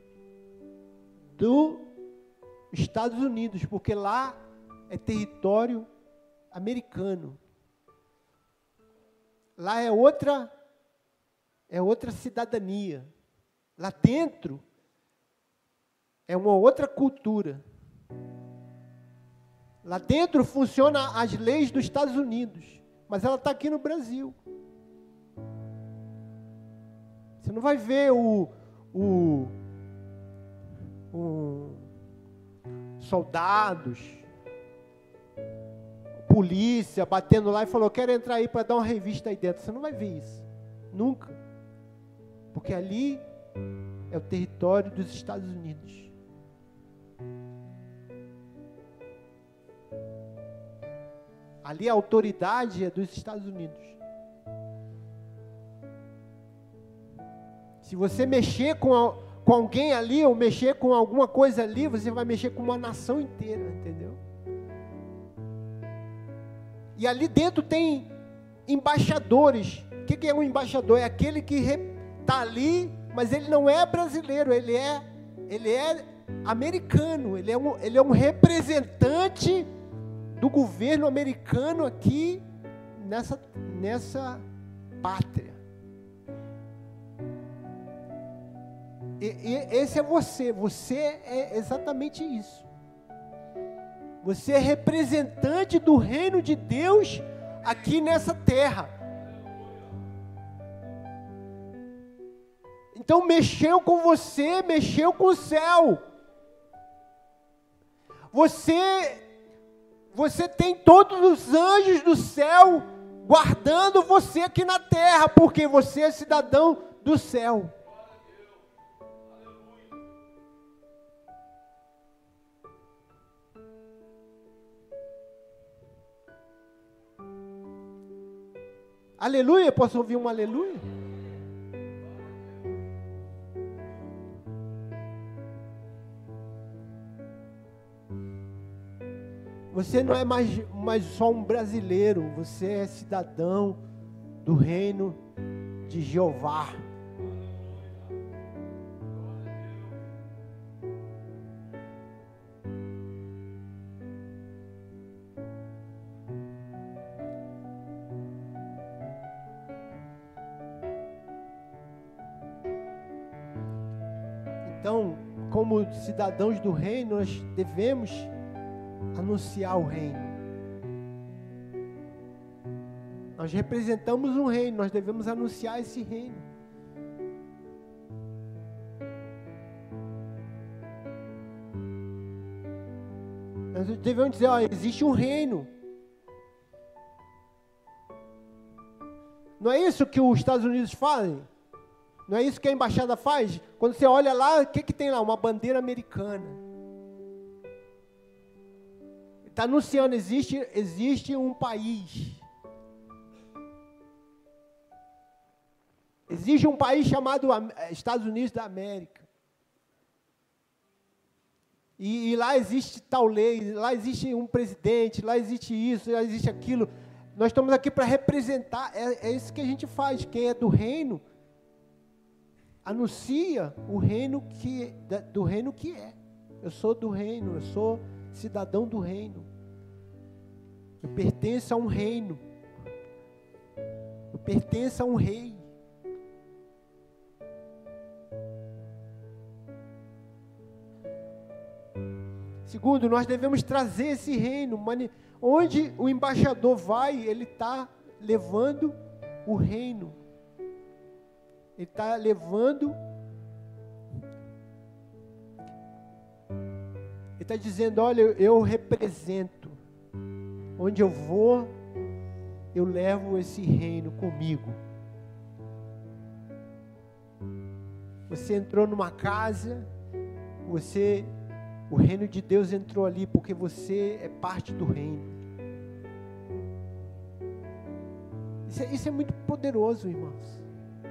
dos Estados Unidos, porque lá é território americano. Lá é outra, é outra cidadania. Lá dentro é uma outra cultura. Lá dentro funcionam as leis dos Estados Unidos, mas ela está aqui no Brasil. Você não vai ver o, o, o soldados, polícia batendo lá e falou, quero entrar aí para dar uma revista aí dentro. Você não vai ver isso, nunca. Porque ali é o território dos Estados Unidos. Ali a autoridade é dos Estados Unidos. Se você mexer com, a, com alguém ali, ou mexer com alguma coisa ali, você vai mexer com uma nação inteira, entendeu? E ali dentro tem embaixadores. O que, que é um embaixador? É aquele que está ali, mas ele não é brasileiro, ele é, ele é americano, ele é, um, ele é um representante do governo americano aqui nessa, nessa pátria. E, e esse é você, você é exatamente isso. Você é representante do reino de Deus aqui nessa terra. Então mexeu com você, mexeu com o céu. Você, você tem todos os anjos do céu guardando você aqui na terra, porque você é cidadão do céu. Aleluia, posso ouvir um aleluia? Você não é mais, mais só um brasileiro, você é cidadão do reino de Jeová. Então, como cidadãos do reino, nós devemos anunciar o reino. Nós representamos um reino, nós devemos anunciar esse reino. Nós devemos dizer, ó, existe um reino. Não é isso que os Estados Unidos fazem? Não é isso que a embaixada faz? Quando você olha lá, o que, que tem lá? Uma bandeira americana. Está anunciando, existe, existe um país. Existe um país chamado Estados Unidos da América. E, e lá existe tal lei, lá existe um presidente, lá existe isso, lá existe aquilo. Nós estamos aqui para representar, é, é isso que a gente faz. Quem é do reino, anuncia o reino que, do reino que é. Eu sou do reino, eu sou cidadão do reino. Eu pertenço a um reino. Eu pertenço a um rei. Segundo, nós devemos trazer esse reino. Onde o embaixador vai, ele está levando o reino. Ele está levando. Ele está dizendo, olha, eu represento. Onde eu vou, eu levo esse reino comigo. Você entrou numa casa, você, o reino de Deus entrou ali porque você é parte do reino. Isso é, isso é muito poderoso, irmãos.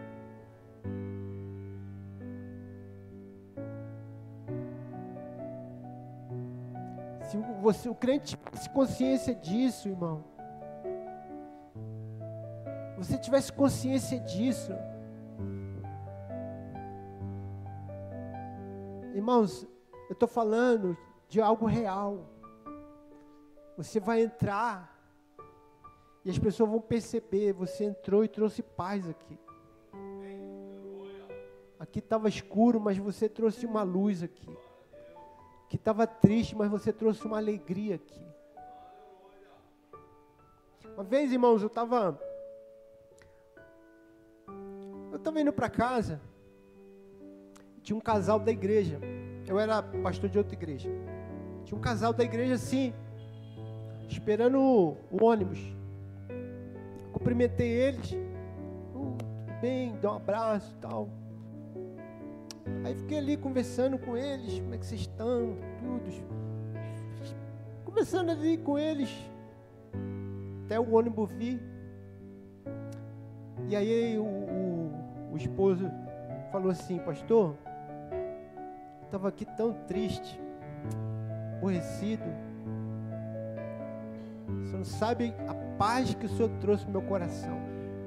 Se você, o crente tivesse consciência disso, irmão, você tivesse consciência disso, irmãos, eu estou falando de algo real. Você vai entrar e as pessoas vão perceber, você entrou e trouxe paz aqui. Aqui estava escuro, mas você trouxe uma luz aqui. Que estava triste, mas você trouxe uma alegria aqui. Uma vez, irmãos, eu estava eu estava indo para casa, tinha um casal da igreja, eu era pastor de outra igreja, tinha um casal da igreja assim, esperando o, o ônibus. Cumprimentei eles, uh, tudo bem, dei um abraço e tal. Aí fiquei ali conversando com eles, como é que vocês estão, tudo. Conversando ali com eles, até o ônibus vir. E aí o, o, o esposo falou assim, pastor, eu estava aqui tão triste, aborrecido. O senhor não sabe a paz que o senhor trouxe no meu coração.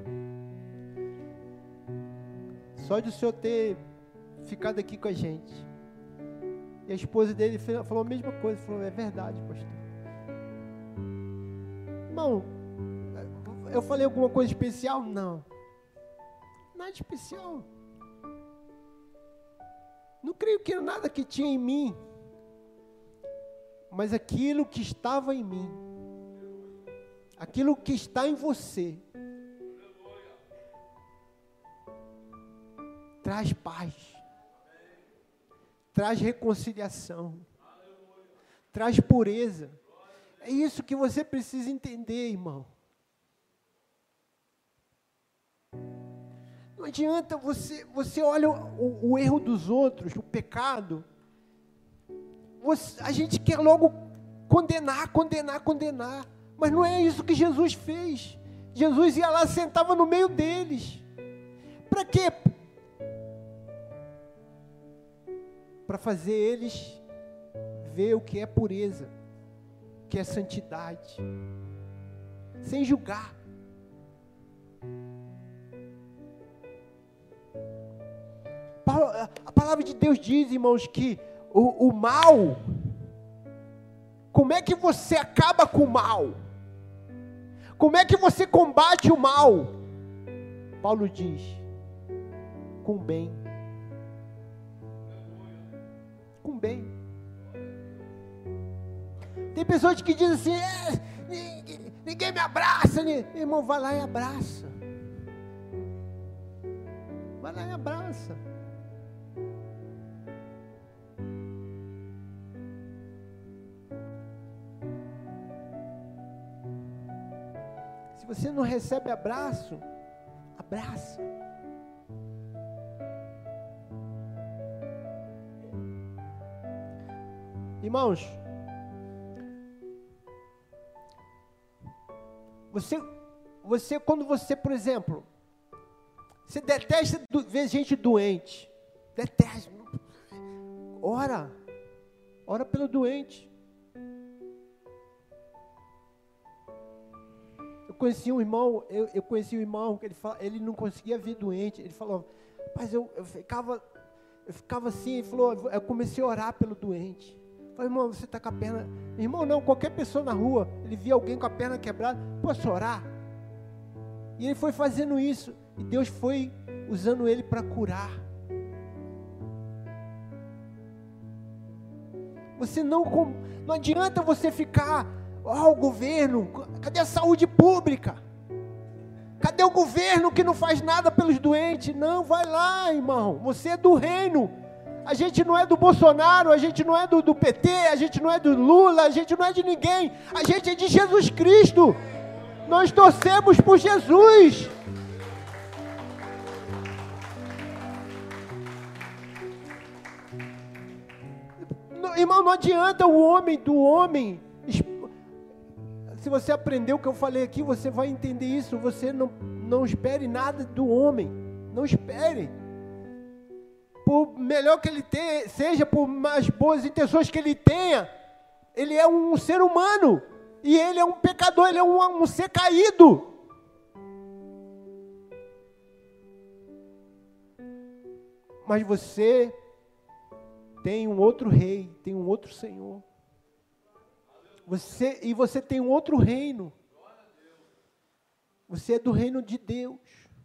Só de o senhor ter ficado aqui com a gente. E a esposa dele falou a mesma coisa, falou, é verdade, pastor. Irmão, eu falei alguma coisa especial? Não. Nada especial. Não creio que nada que tinha em mim, mas aquilo que estava em mim, aquilo que está em você, traz paz. Traz reconciliação, traz pureza. É isso que você precisa entender, irmão. Não adianta você, você olha o, o erro dos outros, o pecado, você, a gente quer logo condenar, condenar, condenar, mas não é isso que Jesus fez. Jesus ia lá, sentava no meio deles. Para quê? Para fazer eles ver o que é pureza, o que é santidade, sem julgar. A palavra de Deus diz, irmãos, que o, o mal, como é que você acaba com o mal? Como é que você combate o mal? Paulo diz, com o bem. Com bem. Tem pessoas que dizem assim, é, ninguém, ninguém me abraça, né? Irmão, vai lá e abraça. Vai lá e abraça. Se você não recebe abraço, abraça. Irmãos, você, você, quando você, por exemplo, você detesta ver gente doente, detesta, ora, ora pelo doente. Eu conheci um irmão, eu, eu conheci um irmão, que ele, fala, ele não conseguia ver doente, ele falou, mas eu, eu ficava, eu ficava assim, ele falou, eu comecei a orar pelo doente. Falei, irmão, você está com a perna... Irmão, não, qualquer pessoa na rua, ele via alguém com a perna quebrada, posso orar? E ele foi fazendo isso, e Deus foi usando ele para curar. Você não, não adianta você ficar, ó, oh, o governo, cadê a saúde pública? Cadê o governo que não faz nada pelos doentes? Não, vai lá, irmão, você é do reino. A gente não é do Bolsonaro, a gente não é do, do P T, a gente não é do Lula, a gente não é de ninguém, a gente é de Jesus Cristo. Nós torcemos por Jesus. Não, irmão, não adianta o homem do homem. Se você aprender o que eu falei aqui, você vai entender isso. Você não, não espere nada do homem. Não espere. Por melhor que ele tenha, seja, por mais boas intenções que ele tenha, ele é um ser humano. E ele é um pecador, ele é um, um ser caído. Mas você tem um outro rei, tem um outro Senhor. Você, e você tem um outro reino. Você é do reino de Deus.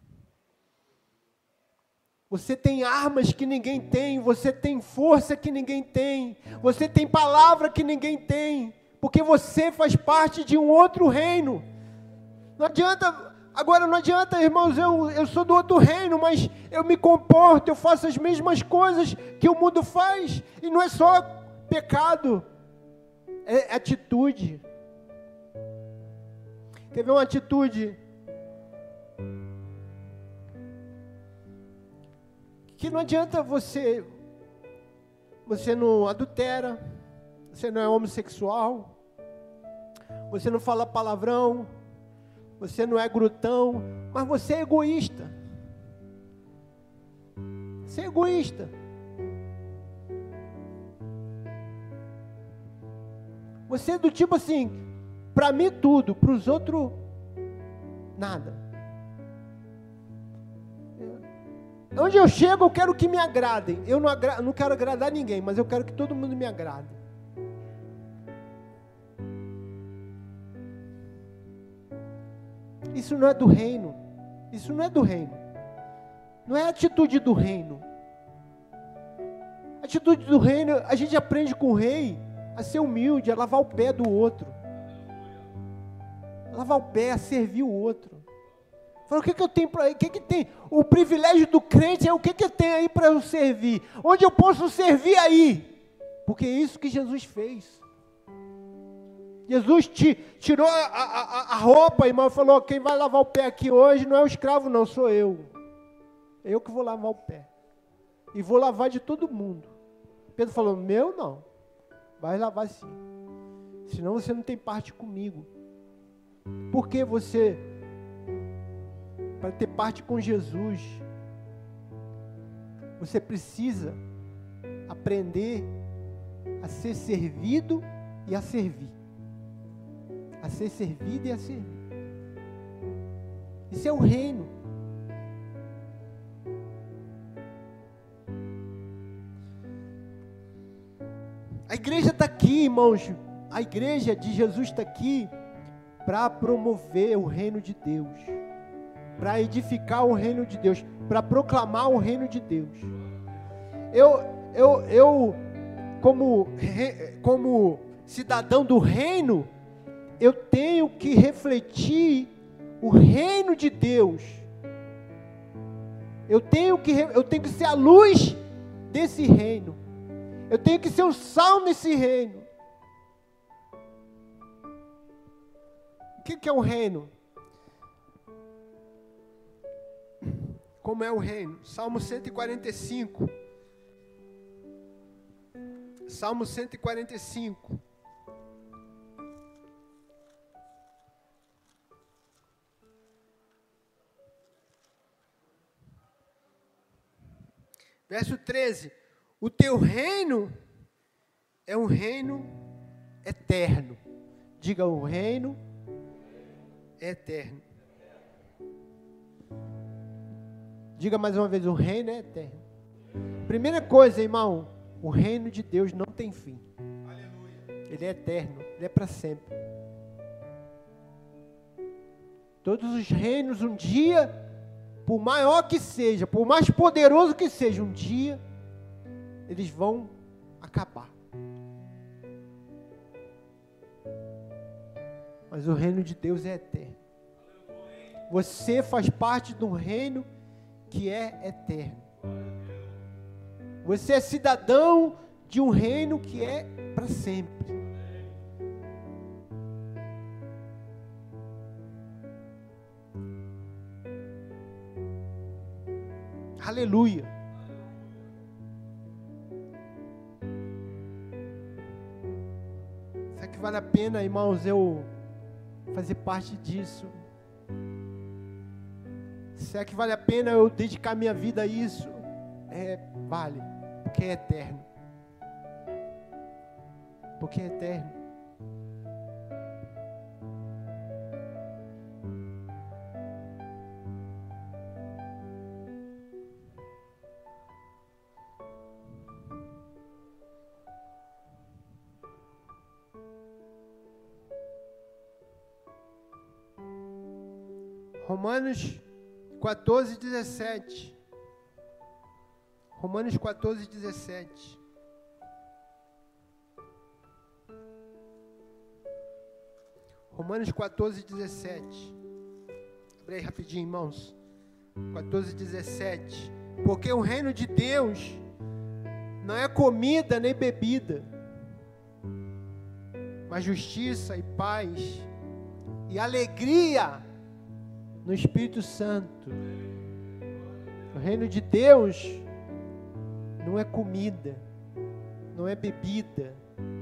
Você tem armas que ninguém tem, você tem força que ninguém tem, você tem palavra que ninguém tem, porque você faz parte de um outro reino. Não adianta, agora não adianta, irmãos, eu, eu sou do outro reino, mas eu me comporto, eu faço as mesmas coisas que o mundo faz, e não é só pecado, é atitude. Quer ver uma atitude que não adianta você, você não adultera, você não é homossexual, você não fala palavrão, você não é glutão, mas você é egoísta. Você é egoísta. Você é do tipo assim, para mim tudo, para os outros nada. Onde eu chego, eu quero que me agradem. Eu não, agra- não quero agradar ninguém, mas eu quero que todo mundo me agrade. Isso não é do reino. Isso não é do reino. Não é a atitude do reino. A atitude do reino, a gente aprende com o rei a ser humilde, a lavar o pé do outro. A lavar o pé, a servir o outro. Fala, o que, que eu tenho para... O que, que tem? O privilégio do crente é o que, que eu tenho aí para eu servir? Onde eu posso servir aí? Porque é isso que Jesus fez. Jesus te, tirou a, a, a roupa, irmão, e falou, quem vai lavar o pé aqui hoje não é o escravo não, sou eu. Eu que vou lavar o pé. E vou lavar de todo mundo. Pedro falou, meu não. Vai lavar sim. Senão você não tem parte comigo. Porque você... Para ter parte com Jesus, você precisa aprender a ser servido e a servir. A ser servido e a servir. Isso é o reino. A igreja está aqui, irmãos. A igreja de Jesus está aqui para promover o reino de Deus. Para edificar o reino de Deus, para proclamar o reino de Deus. Eu, eu, eu como, como cidadão do reino, eu tenho que refletir o reino de Deus. Eu tenho que, eu tenho que ser a luz desse reino. Eu tenho que ser o sal nesse reino. O que, que é o reino? Como é o reino? Salmo cento e quarenta e cinco. Salmo cento e quarenta e cinco. Verso treze. O teu reino é um reino eterno. Diga, o reino é eterno. Diga mais uma vez, o reino é eterno. Primeira coisa, irmão, o reino de Deus não tem fim. Aleluia. Ele é eterno, Ele é para sempre. Todos os reinos um dia, por maior que seja, por mais poderoso que seja, um dia, eles vão acabar. Mas o reino de Deus é eterno. Você faz parte de um reino que é eterno. Você é cidadão de um reino que é para sempre. Aleluia. Será que vale a pena, irmãos, eu fazer parte disso? Será que vale a pena eu dedicar minha vida a isso? É, vale, porque é eterno. Porque é eterno. Romanos quatorze, dezessete. Romanos quatorze, dezessete. Romanos quatorze, dezessete. Abre aí rapidinho, irmãos. quatorze, dezessete. Porque o reino de Deus não é comida nem bebida, mas justiça e paz e alegria no Espírito Santo. O reino de Deus não é comida, não é bebida.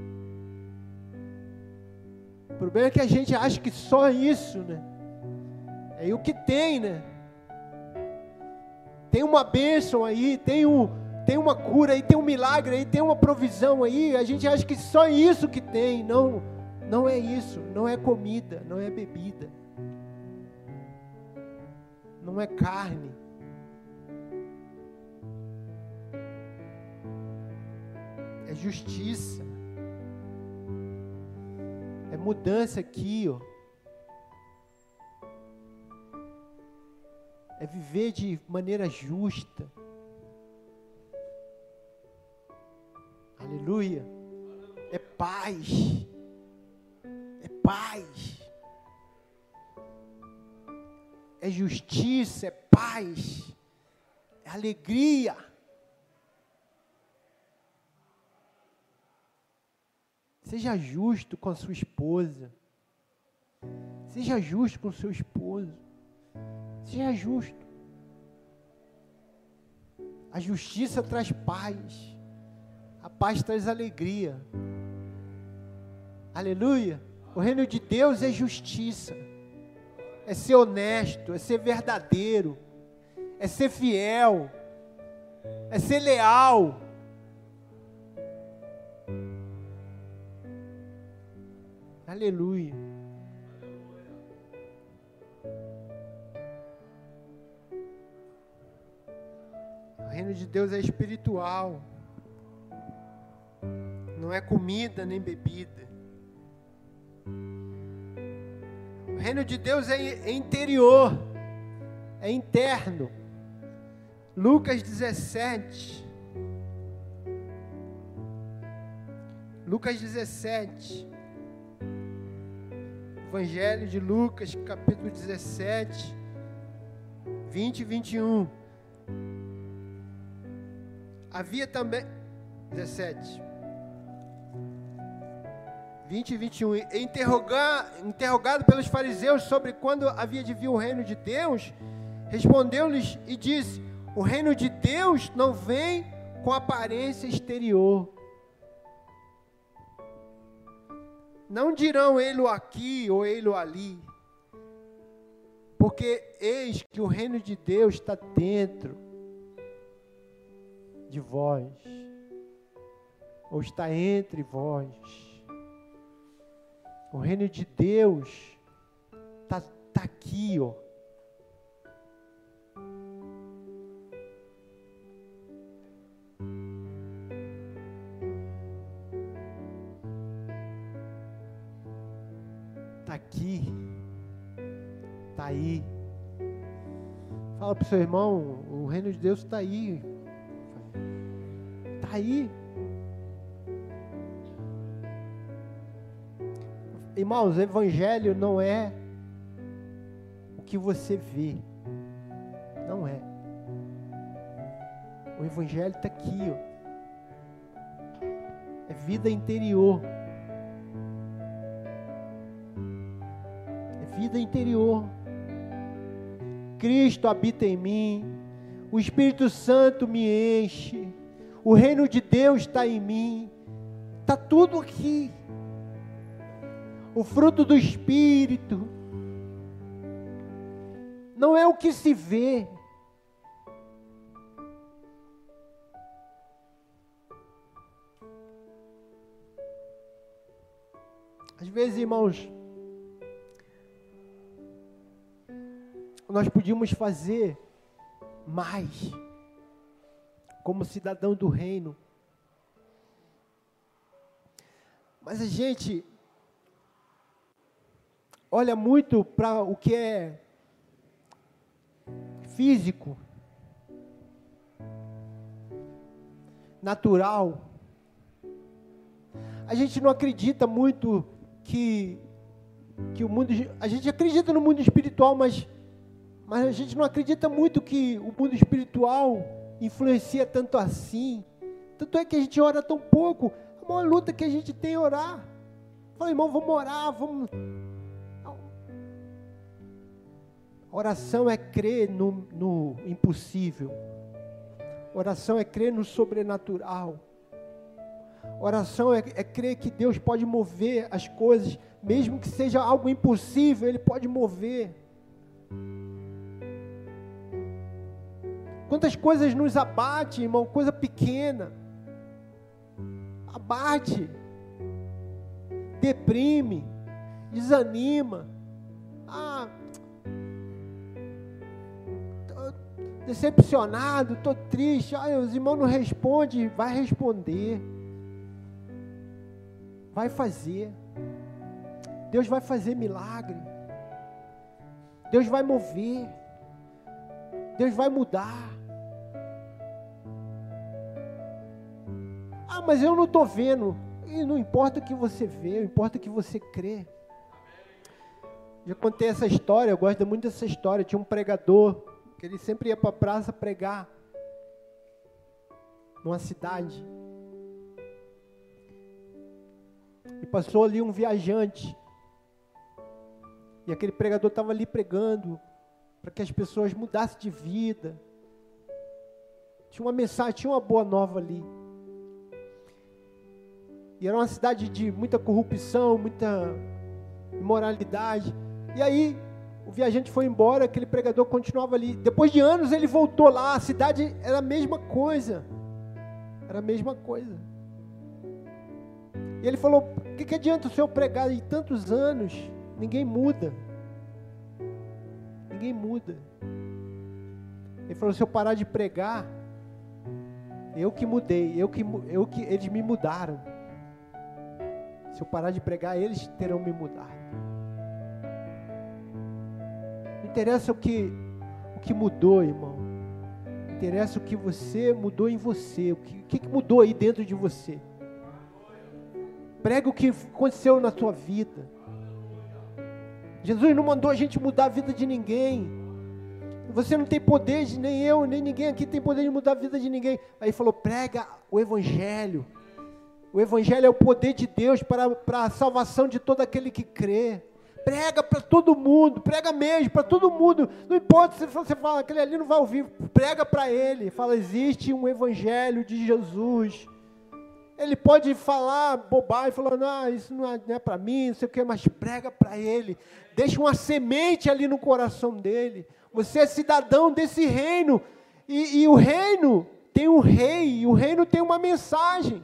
O problema é que a gente acha que só isso, né? É o que tem, né? Tem uma bênção aí, tem, um, tem uma cura aí, tem um milagre aí, tem uma provisão aí. A gente acha que só isso que tem. Não, não é isso. Não é comida, não é bebida. Não é carne. É justiça. É mudança aqui, ó. É viver de maneira justa. Aleluia. É paz. É paz. É justiça, é paz. É alegria. Seja justo com a sua esposa. Seja justo com o seu esposo. Seja justo. A justiça traz paz. A paz traz alegria. Aleluia. O reino de Deus é justiça. É ser honesto, é ser verdadeiro. É ser fiel. É ser leal. Aleluia. O reino de Deus é espiritual. Não é comida nem bebida. O reino de Deus é interior. É interno. Lucas dezessete. Lucas dezessete. Evangelho de Lucas, capítulo dezessete, vinte e vinte e um. Havia também, dezessete, vinte e vinte e um, interrogar, interrogado pelos fariseus sobre quando havia de vir o reino de Deus, respondeu-lhes e disse: o reino de Deus não vem com aparência exterior. Não dirão ele aqui ou ele ali, porque eis que o reino de Deus está dentro de vós, ou está entre vós. O reino de Deus está tá aqui, ó. está aqui, está aí. Fala para o seu irmão, o reino de Deus está aí. Está aí. Irmãos, o evangelho não é o que você vê. Não é. O evangelho está aqui, ó. É vida interior. É vida interior. Cristo habita em mim. O Espírito Santo me enche. O reino de Deus está em mim. Está tudo aqui. O fruto do Espírito não é o que se vê. Às vezes, irmãos, nós podíamos fazer mais como cidadão do reino. Mas a gente olha muito para o que é físico, natural. A gente não acredita muito que, que o mundo... A gente acredita no mundo espiritual, mas, mas a gente não acredita muito que o mundo espiritual influencia tanto assim. Tanto é que a gente ora tão pouco. A maior luta que a gente tem é orar. Fala, irmão, vamos orar, vamos... Oração é crer no, no impossível. Oração é crer no sobrenatural. Oração é, é crer que Deus pode mover as coisas, mesmo que seja algo impossível, Ele pode mover. Quantas coisas nos abate, irmão, coisa pequena. Abate. Deprime. Desanima. Ah, decepcionado, estou triste, ah, os irmãos não respondem, vai responder, vai fazer, Deus vai fazer milagre, Deus vai mover, Deus vai mudar. Ah, mas eu não estou vendo, e não importa o que você vê, importa o que você crê. Já contei essa história, eu gosto muito dessa história. Tinha um pregador que ele sempre ia para a praça pregar numa cidade. E passou ali um viajante. E aquele pregador estava ali pregando para que as pessoas mudassem de vida. Tinha uma mensagem, tinha uma boa nova ali. E era uma cidade de muita corrupção, muita imoralidade. E aí o viajante foi embora, aquele pregador continuava ali. Depois de anos ele voltou lá, a cidade era a mesma coisa. Era a mesma coisa. E ele falou, o que, que adianta o senhor pregar em tantos anos? Ninguém muda. Ninguém muda. Ele falou, se eu parar de pregar, eu que mudei, eu que, eu que, eles me mudaram. Se eu parar de pregar, eles terão me mudado. Não interessa o que, o que mudou, irmão. Interessa o que você mudou em você. O que, o que mudou aí dentro de você. Prega o que aconteceu na tua vida. Jesus não mandou a gente mudar a vida de ninguém. Você não tem poder, de, nem eu, nem ninguém aqui tem poder de mudar a vida de ninguém. Aí falou, prega o Evangelho. O Evangelho é o poder de Deus para, para a salvação de todo aquele que crê. Prega para todo mundo, prega mesmo para todo mundo. Não importa se você fala, aquele ali não vai ouvir, prega para ele. Fala, existe um Evangelho de Jesus. Ele pode falar bobagem, falando, ah, isso não é, é para mim, não sei o que, mas prega para ele. Deixa uma semente ali no coração dele. Você é cidadão desse reino. E, e o reino tem um rei, e o reino tem uma mensagem.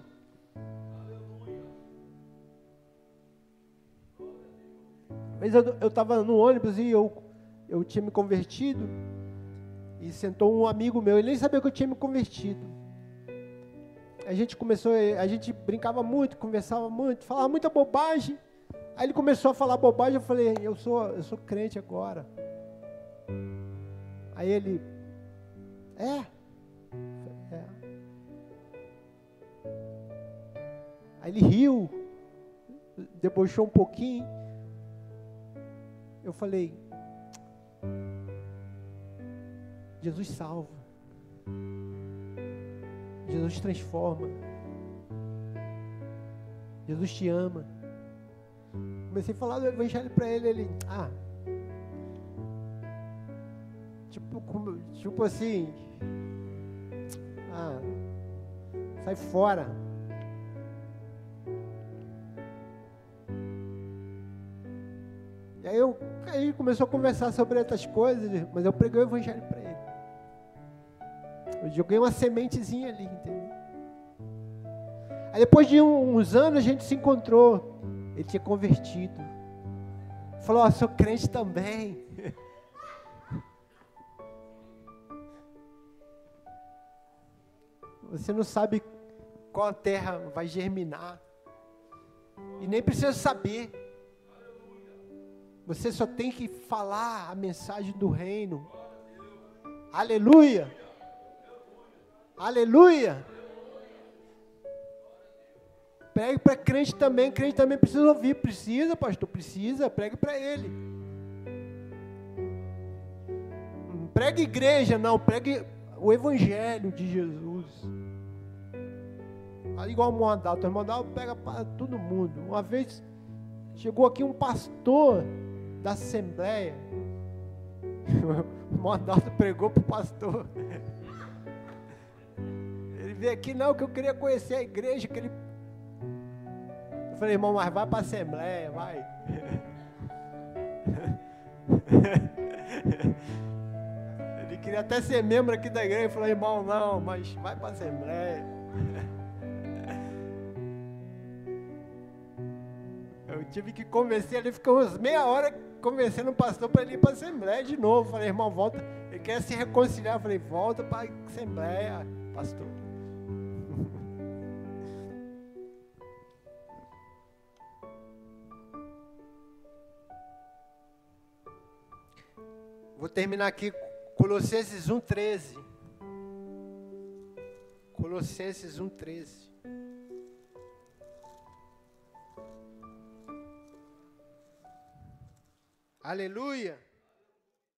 Mas eu estava no ônibus e eu, eu tinha me convertido. E sentou um amigo meu, ele nem sabia que eu tinha me convertido. A gente começou, a gente brincava muito, conversava muito, falava muita bobagem. Aí ele começou a falar bobagem, eu falei, eu sou, eu sou crente agora. Aí ele, é? É. Aí ele riu, debochou um pouquinho. Eu falei, Jesus salva. Jesus transforma. Jesus te ama. Comecei a falar do evangelho para ele, ele, ah, tipo, como, tipo assim, ah, sai fora. E aí eu, aí ele começou a conversar sobre outras coisas, mas eu preguei o evangelho para ele. Eu joguei uma sementezinha ali, entendeu? Aí depois de uns anos a gente se encontrou. Ele tinha convertido. Falou, ó, oh, sou crente também. Você não sabe qual terra vai germinar. E nem precisa saber. Você só tem que falar a mensagem do reino. Aleluia! Aleluia! Pregue para crente também, crente também precisa ouvir, precisa, pastor, precisa, pregue para ele. Pregue igreja, não, pregue o evangelho de Jesus. Aí igual o Moandal, o Moandal pega para todo mundo. Uma vez chegou aqui um pastor da Assembleia, o Moandal pregou para o pastor. Ele veio aqui, não, que eu queria conhecer a igreja, que ele... Eu falei, irmão, mas vai para a Assembleia, vai. Ele queria até ser membro aqui da igreja. Eu falei, irmão, não, mas vai para a Assembleia. Eu tive que convencer ele, ficou umas meia hora convencendo o pastor para ele ir para a Assembleia de novo. Eu falei, irmão, volta. Ele quer se reconciliar. Eu falei, volta para a Assembleia, pastor. Vou terminar aqui, Colossenses um, treze. Colossenses um, treze. Aleluia!